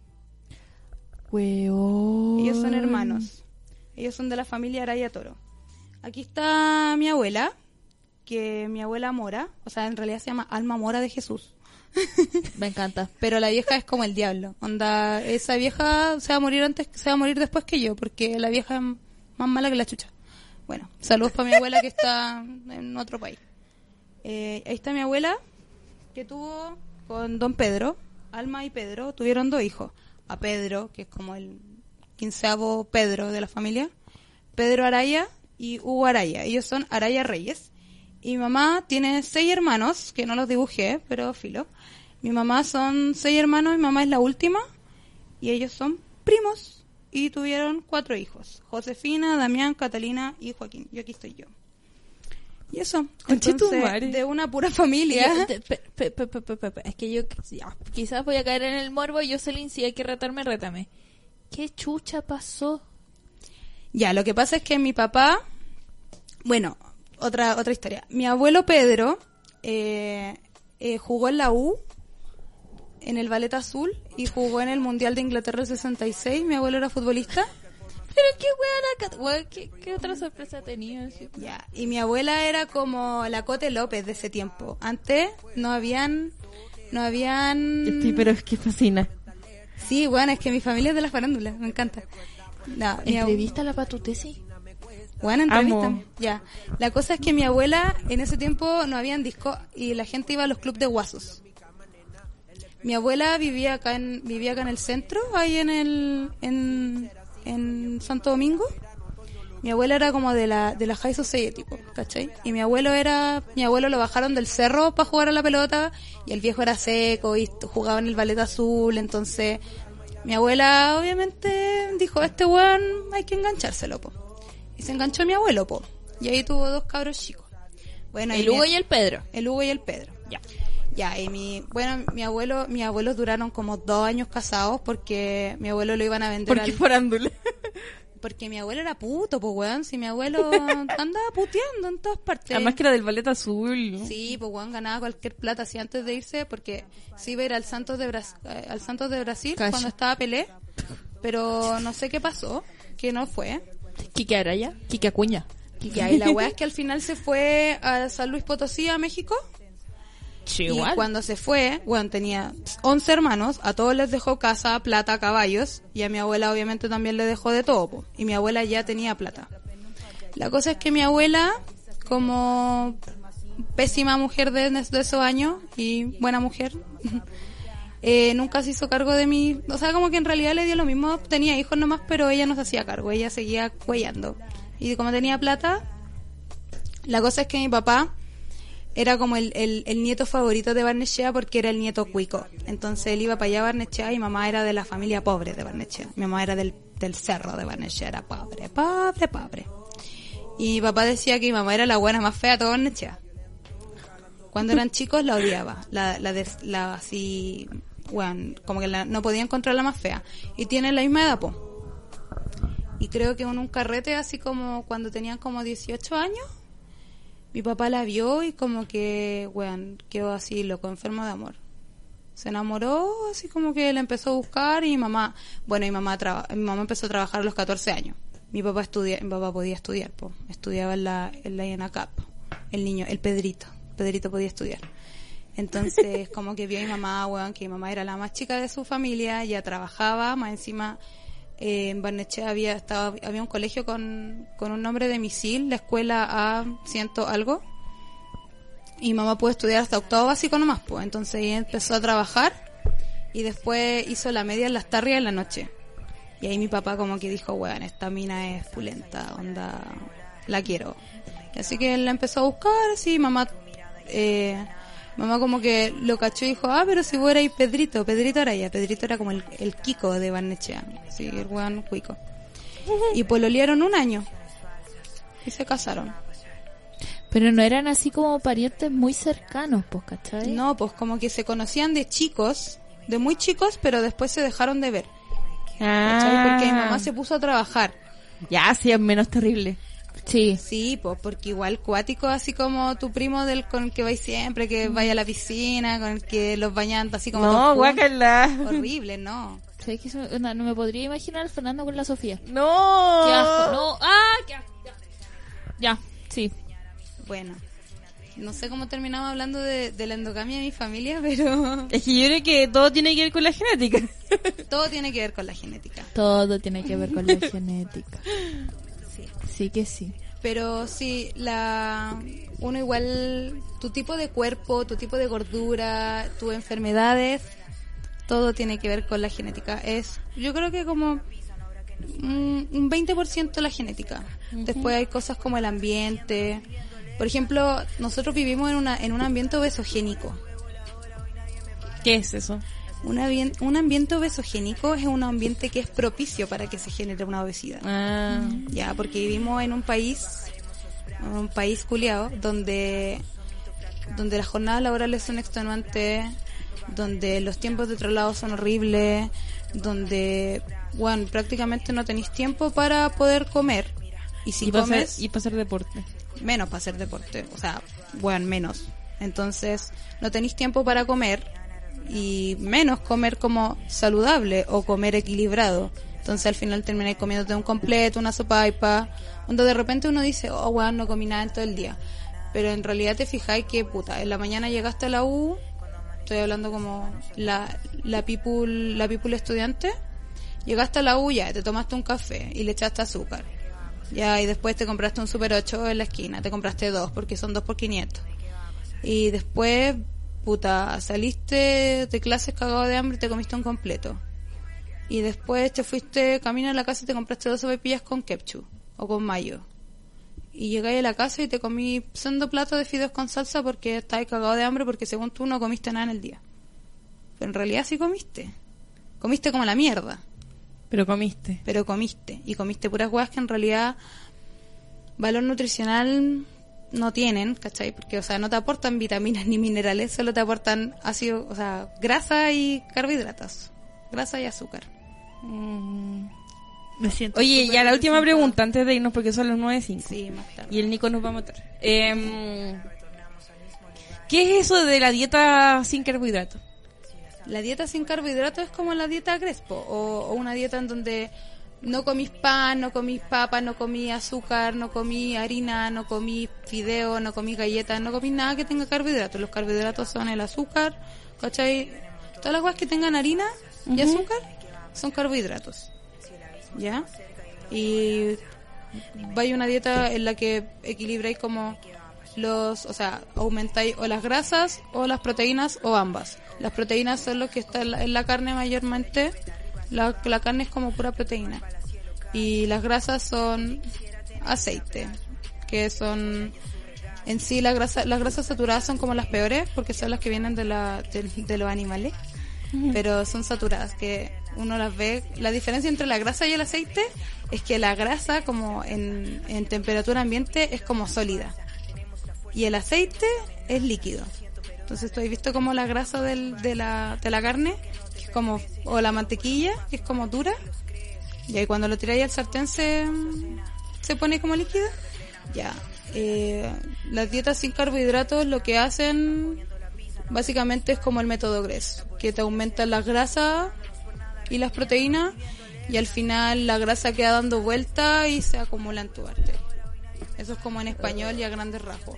[SPEAKER 4] Weón.
[SPEAKER 5] Ellos son hermanos. Ellos son de la familia Araya Toro. Aquí está mi abuela, que mi abuela Mora, o sea, en realidad se llama Alma Mora de Jesús.
[SPEAKER 4] Me encanta.
[SPEAKER 5] Pero la vieja es como el diablo. Onda, esa vieja se va a morir antes, se va a morir después que yo, porque la vieja es más mala que la chucha. Bueno, saludos para mi abuela que está en otro país. Eh, ahí está mi abuela, que tuvo con don Pedro, Alma y Pedro, tuvieron dos hijos. A Pedro, que es como el quinceavo Pedro de la familia, Pedro Araya y Hugo Araya. Ellos son Araya Reyes. Y mi mamá tiene seis hermanos, que no los dibujé, pero filo. Mi mamá son seis hermanos, mi mamá es la última, y ellos son primos. Y tuvieron cuatro hijos: Josefina, Damián, Catalina y Joaquín. Y aquí estoy yo. Y eso. Entonces, de una pura familia.
[SPEAKER 4] Pe- pe- pe- pe- pe- pe- Es que yo ya, quizás voy a caer en el morbo. Yo Celine, si hay que retarme, rétame. ¿Qué chucha pasó?
[SPEAKER 5] Ya, lo que pasa es que mi papá, bueno, otra otra historia. Mi abuelo Pedro eh, eh, jugó en la U, en el Ballet Azul, y jugó en el Mundial de Inglaterra del sesenta y seis. Mi abuelo era futbolista.
[SPEAKER 4] Pero qué weón, weón, ¿qué, qué otra sorpresa tenía? Así?
[SPEAKER 5] Ya, y mi abuela era como la Cote López de ese tiempo. Antes no habían, no habían...
[SPEAKER 3] Sí, pero es que fascina.
[SPEAKER 5] Sí, bueno, es que mi familia es de la farándula, me encanta. No, mi abu-
[SPEAKER 4] ¿Entrevista la patutesi?
[SPEAKER 5] Bueno, entrevista.
[SPEAKER 3] Amo.
[SPEAKER 5] Ya. La cosa es que mi abuela, en ese tiempo no habían disco y la gente iba a los clubes de guasos. Mi abuela vivía acá en, vivía acá en el centro, ahí en el, en, en Santo Domingo. Mi abuela era como de la, de la High Society, po, ¿cachai? Y mi abuelo era, mi abuelo lo bajaron del cerro para jugar a la pelota, y el viejo era seco y jugaba en el Ballet Azul. Entonces mi abuela obviamente dijo, este weón hay que enganchárselo, po. Y se enganchó mi abuelo, po. Y ahí tuvo dos cabros chicos. Bueno,
[SPEAKER 4] El Hugo y el Pedro.
[SPEAKER 5] El Hugo y el Pedro.
[SPEAKER 4] Ya.
[SPEAKER 5] Ya, y mi, bueno, mi abuelo, mis abuelos duraron como dos años casados porque mi abuelo lo iban a vender
[SPEAKER 3] ¿Por qué
[SPEAKER 5] al...
[SPEAKER 3] farándula?
[SPEAKER 5] Porque mi abuelo era puto, pues weón, si mi abuelo andaba puteando en todas partes.
[SPEAKER 3] Además que era del Ballet Azul, ¿no?
[SPEAKER 5] Sí, pues weón, ganaba cualquier plata así antes de irse, porque sí iba a ir al Santos de, Bras- eh, al Santos de Brasil
[SPEAKER 3] Cacha.
[SPEAKER 5] cuando estaba Pelé, pero no sé qué pasó, que no fue.
[SPEAKER 4] Quique Araya, Quique Acuña.
[SPEAKER 5] Y ya, y la weá es que al final se fue a San Luis Potosí, a México.
[SPEAKER 4] Sí,
[SPEAKER 5] Y
[SPEAKER 4] igual.
[SPEAKER 5] cuando se fue, bueno, tenía once hermanos, a todos les dejó casa, plata, caballos, y a mi abuela obviamente también le dejó de todo, po, y mi abuela ya tenía plata. La cosa es que mi abuela, como pésima mujer de, de esos años, y buena mujer, eh, nunca se hizo cargo de mí, o sea, como que en realidad le dio lo mismo, tenía hijos nomás, pero ella no se hacía cargo, ella seguía cuellando. Y como tenía plata, la cosa es que mi papá era como el, el, el nieto favorito de Barnechea porque era el nieto cuico. Entonces él iba para allá a Barnechea y mi mamá era de la familia pobre de Barnechea. Mi mamá era del, del cerro de Barnechea, era pobre, pobre, pobre. Y mi papá decía que mi mamá era la buena más fea de toda Barnechea. Cuando eran chicos la odiaba, la, la, de, la así, bueno, como que la, no podía encontrar la más fea. Y tiene la misma edad, po. Y creo que en un carrete así como cuando tenían como dieciocho años, mi papá la vio y como que, weón, quedó así loco, enfermo de amor. Se enamoró, así como que la empezó a buscar y mi mamá, bueno, mi mamá traba, mi mamá empezó a trabajar a los catorce años. Mi papá estudia, mi papá podía estudiar, po. Estudiaba en la, en la INACAP. El niño, el Pedrito, Pedrito podía estudiar. Entonces, como que vio a mi mamá, weón, que mi mamá era la más chica de su familia, ya trabajaba, más encima, Eh, en Barnechea había estaba, había un colegio con, con un nombre de misil, la escuela A ciento algo, y mamá pudo estudiar hasta octavo básico nomás, pues. Entonces ella empezó a trabajar y después hizo la media en las tardes y en la noche, y ahí mi papá como que dijo, weón, esta mina es pulenta, onda, la quiero. Y así que él la empezó a buscar, así, mamá eh, mamá como que lo cachó y dijo, ah, pero si vos erais Pedrito, Pedrito Araya. Pedrito era como el, el Kiko de Barnechea, sí, el weón cuico. Y pololearon un año. y se casaron.
[SPEAKER 4] Pero no eran así como parientes muy cercanos, pues, ¿cachai?
[SPEAKER 5] No, pues como que se conocían de chicos, de muy chicos, pero después se dejaron de ver. ¿Cachai? Porque mi mamá se puso a trabajar.
[SPEAKER 3] Ya, sí, es menos terrible.
[SPEAKER 4] Sí.
[SPEAKER 5] Sí, pues porque igual cuático, así como tu primo del con el que vais siempre, que vaya a la piscina, con el que los bañan así como
[SPEAKER 3] No,
[SPEAKER 5] todos juntos.
[SPEAKER 3] guácala.
[SPEAKER 5] Horrible, no.
[SPEAKER 4] ¿Sabes qué? Eso- No, no me podría imaginar al Fernando con la Sofía.
[SPEAKER 3] No.
[SPEAKER 4] Qué asco. No. Ah, qué asco. Ya, ya sí.
[SPEAKER 5] Bueno, no sé cómo terminamos hablando de, de la endogamia de mi familia, pero
[SPEAKER 3] Es que yo creo que todo tiene que ver con la genética.
[SPEAKER 5] todo tiene que ver con la genética.
[SPEAKER 4] Todo tiene que ver con la genética. Sí que sí.
[SPEAKER 5] Pero sí, la uno igual, tu tipo de cuerpo, tu tipo de gordura, tus enfermedades, todo tiene que ver con la genética. Es, yo creo que como un un veinte por ciento la genética. Después hay cosas como el ambiente. Por ejemplo, nosotros vivimos en una en un ambiente obesogénico.
[SPEAKER 3] ¿Qué es eso?
[SPEAKER 5] Un, ambien- un ambiente obesogénico es un ambiente que es propicio para que se genere una obesidad.
[SPEAKER 3] Ah.
[SPEAKER 5] Ya, porque vivimos en un país, un país culiao, donde, donde las jornadas laborales son extenuantes, donde los tiempos de traslado son horribles, donde, bueno, prácticamente no tenéis tiempo para poder comer. Y si
[SPEAKER 3] y para
[SPEAKER 5] comes,
[SPEAKER 3] hacer, y para hacer deporte.
[SPEAKER 5] menos para hacer deporte, o sea, bueno, menos. Entonces, no tenéis tiempo para comer y menos comer como saludable o comer equilibrado. Entonces, al final termináis comiéndote un completo, una sopaipa, donde de repente uno dice, oh, weón, no comí nada en todo el día. Pero en realidad te fijáis que, puta, en la mañana llegaste a la U, estoy hablando como la, la people, la people estudiante, llegaste a la U, ya, te tomaste un café y le echaste azúcar. Ya, y después te compraste un Super ocho en la esquina, te compraste dos, porque son dos por quinientos. Y después, puta, saliste de clases cagado de hambre y te comiste un completo. Y después te fuiste camino a la casa y te compraste dos sopaipillas con ketchup o con mayo. Y llegáis a la casa y te comí sendo plato de fideos con salsa porque estabas cagado de hambre porque según tú no comiste nada en el día. Pero en realidad sí comiste. Comiste como la mierda.
[SPEAKER 3] Pero comiste.
[SPEAKER 5] Pero comiste. Y comiste puras huevas que en realidad valor nutricional no tienen, ¿cachai? Porque, o sea, no te aportan vitaminas ni minerales, solo te aportan ácido, o sea, grasa y carbohidratos. Grasa y azúcar.
[SPEAKER 4] Me siento
[SPEAKER 3] Oye,
[SPEAKER 4] súper
[SPEAKER 3] ya la última
[SPEAKER 4] representada.
[SPEAKER 3] pregunta antes de irnos porque son las nueve cinco.
[SPEAKER 5] Sí, más tarde.
[SPEAKER 3] Y el Nico nos va a matar. Eh, ¿Qué es eso de la dieta sin carbohidratos?
[SPEAKER 5] La dieta sin carbohidratos es como la dieta Crespo, o, o una dieta en donde no comís pan, no comís papa, no comís azúcar, no comís harina, no comís fideo, no comís galletas, no comís nada que tenga carbohidratos. Los carbohidratos son el azúcar, ¿cachai? Todas las cosas que tengan harina y azúcar son carbohidratos. ¿Ya? Y vaya una dieta en la que equilibráis como los, o sea, aumentáis o las grasas o las proteínas o ambas. Las proteínas son lo que está en la, en la carne mayormente. La, la carne es como pura proteína. Y las grasas son aceite, que son en sí la grasa, las grasas saturadas son como las peores porque son las que vienen de la de, de los animales, pero son saturadas, que uno las ve. La diferencia entre la grasa y el aceite es que la grasa como en, en temperatura ambiente es como sólida y el aceite es líquido. Entonces tú has visto como la grasa del, de la de la carne, que es como, o la mantequilla, que es como dura, y ahí cuando lo tiráis al sartén se, se pone como líquida. Ya, eh, las dietas sin carbohidratos lo que hacen básicamente es como el método Gress, que te aumentan las grasas y las proteínas, y al final la grasa queda dando vuelta y se acumula en tu arteria. Eso es como en español y a grandes rasgos.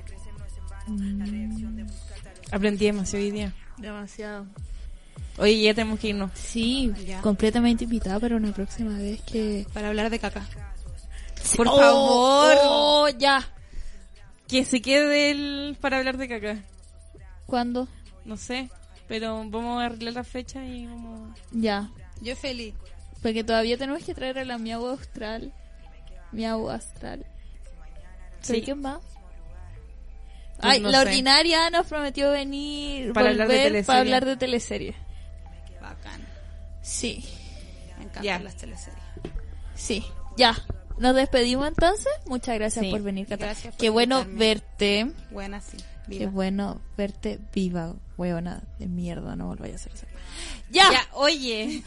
[SPEAKER 3] Aprendí demasiado hoy día.
[SPEAKER 4] Demasiado.
[SPEAKER 3] Oye, ya tenemos que irnos.
[SPEAKER 4] Sí,
[SPEAKER 5] Ya.
[SPEAKER 4] completamente invitada para una próxima vez que...
[SPEAKER 5] Para hablar de caca.
[SPEAKER 3] Por
[SPEAKER 4] Oh,
[SPEAKER 3] favor.
[SPEAKER 4] oh, ya.
[SPEAKER 3] Que se quede el para hablar de caca.
[SPEAKER 4] ¿Cuándo?
[SPEAKER 3] No sé, pero vamos a arreglar la fecha y vamos...
[SPEAKER 4] Ya.
[SPEAKER 5] Yo feliz.
[SPEAKER 4] Porque todavía tenemos que traer a la miau austral. Miau astral. ¿Sí?
[SPEAKER 3] Sí.
[SPEAKER 4] ¿Quién más?
[SPEAKER 3] Pues
[SPEAKER 4] Ay,
[SPEAKER 3] no
[SPEAKER 4] la
[SPEAKER 3] sé.
[SPEAKER 4] ordinaria nos prometió venir
[SPEAKER 3] Para hablar de
[SPEAKER 4] volver
[SPEAKER 3] teleserie.
[SPEAKER 4] para hablar de teleserie.
[SPEAKER 5] Bacán.
[SPEAKER 4] Sí,
[SPEAKER 5] Me encantan
[SPEAKER 3] Ya.
[SPEAKER 5] las teleseries.
[SPEAKER 4] sí, ya. Nos despedimos entonces. Muchas gracias
[SPEAKER 3] Sí.
[SPEAKER 4] por venir, Cata.
[SPEAKER 5] Gracias por
[SPEAKER 4] Qué bueno
[SPEAKER 5] invitarme.
[SPEAKER 4] verte.
[SPEAKER 5] Buena, sí.
[SPEAKER 4] Qué
[SPEAKER 5] Viva.
[SPEAKER 4] bueno verte viva, huevona de mierda. No volváis a hacer eso. Ya,
[SPEAKER 3] Ya,
[SPEAKER 4] ya.
[SPEAKER 3] oye.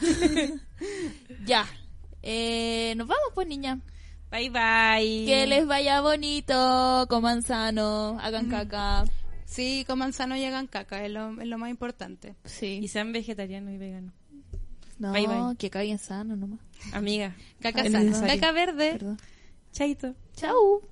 [SPEAKER 4] Eh, nos vamos pues, niña.
[SPEAKER 3] Bye bye.
[SPEAKER 4] Que les vaya bonito, coman sano, hagan caca.
[SPEAKER 5] Sí, coman sano y hagan caca, es lo, es lo más importante.
[SPEAKER 3] Y
[SPEAKER 4] Sí.
[SPEAKER 3] sean vegetarianos y veganos.
[SPEAKER 4] No,
[SPEAKER 3] Bye, bye.
[SPEAKER 4] que caguen sano nomás.
[SPEAKER 3] Amiga.
[SPEAKER 5] Caca
[SPEAKER 3] es
[SPEAKER 5] sana.
[SPEAKER 3] necesario.
[SPEAKER 5] Caca verde.
[SPEAKER 4] Perdón.
[SPEAKER 3] Chaito.
[SPEAKER 4] Chau.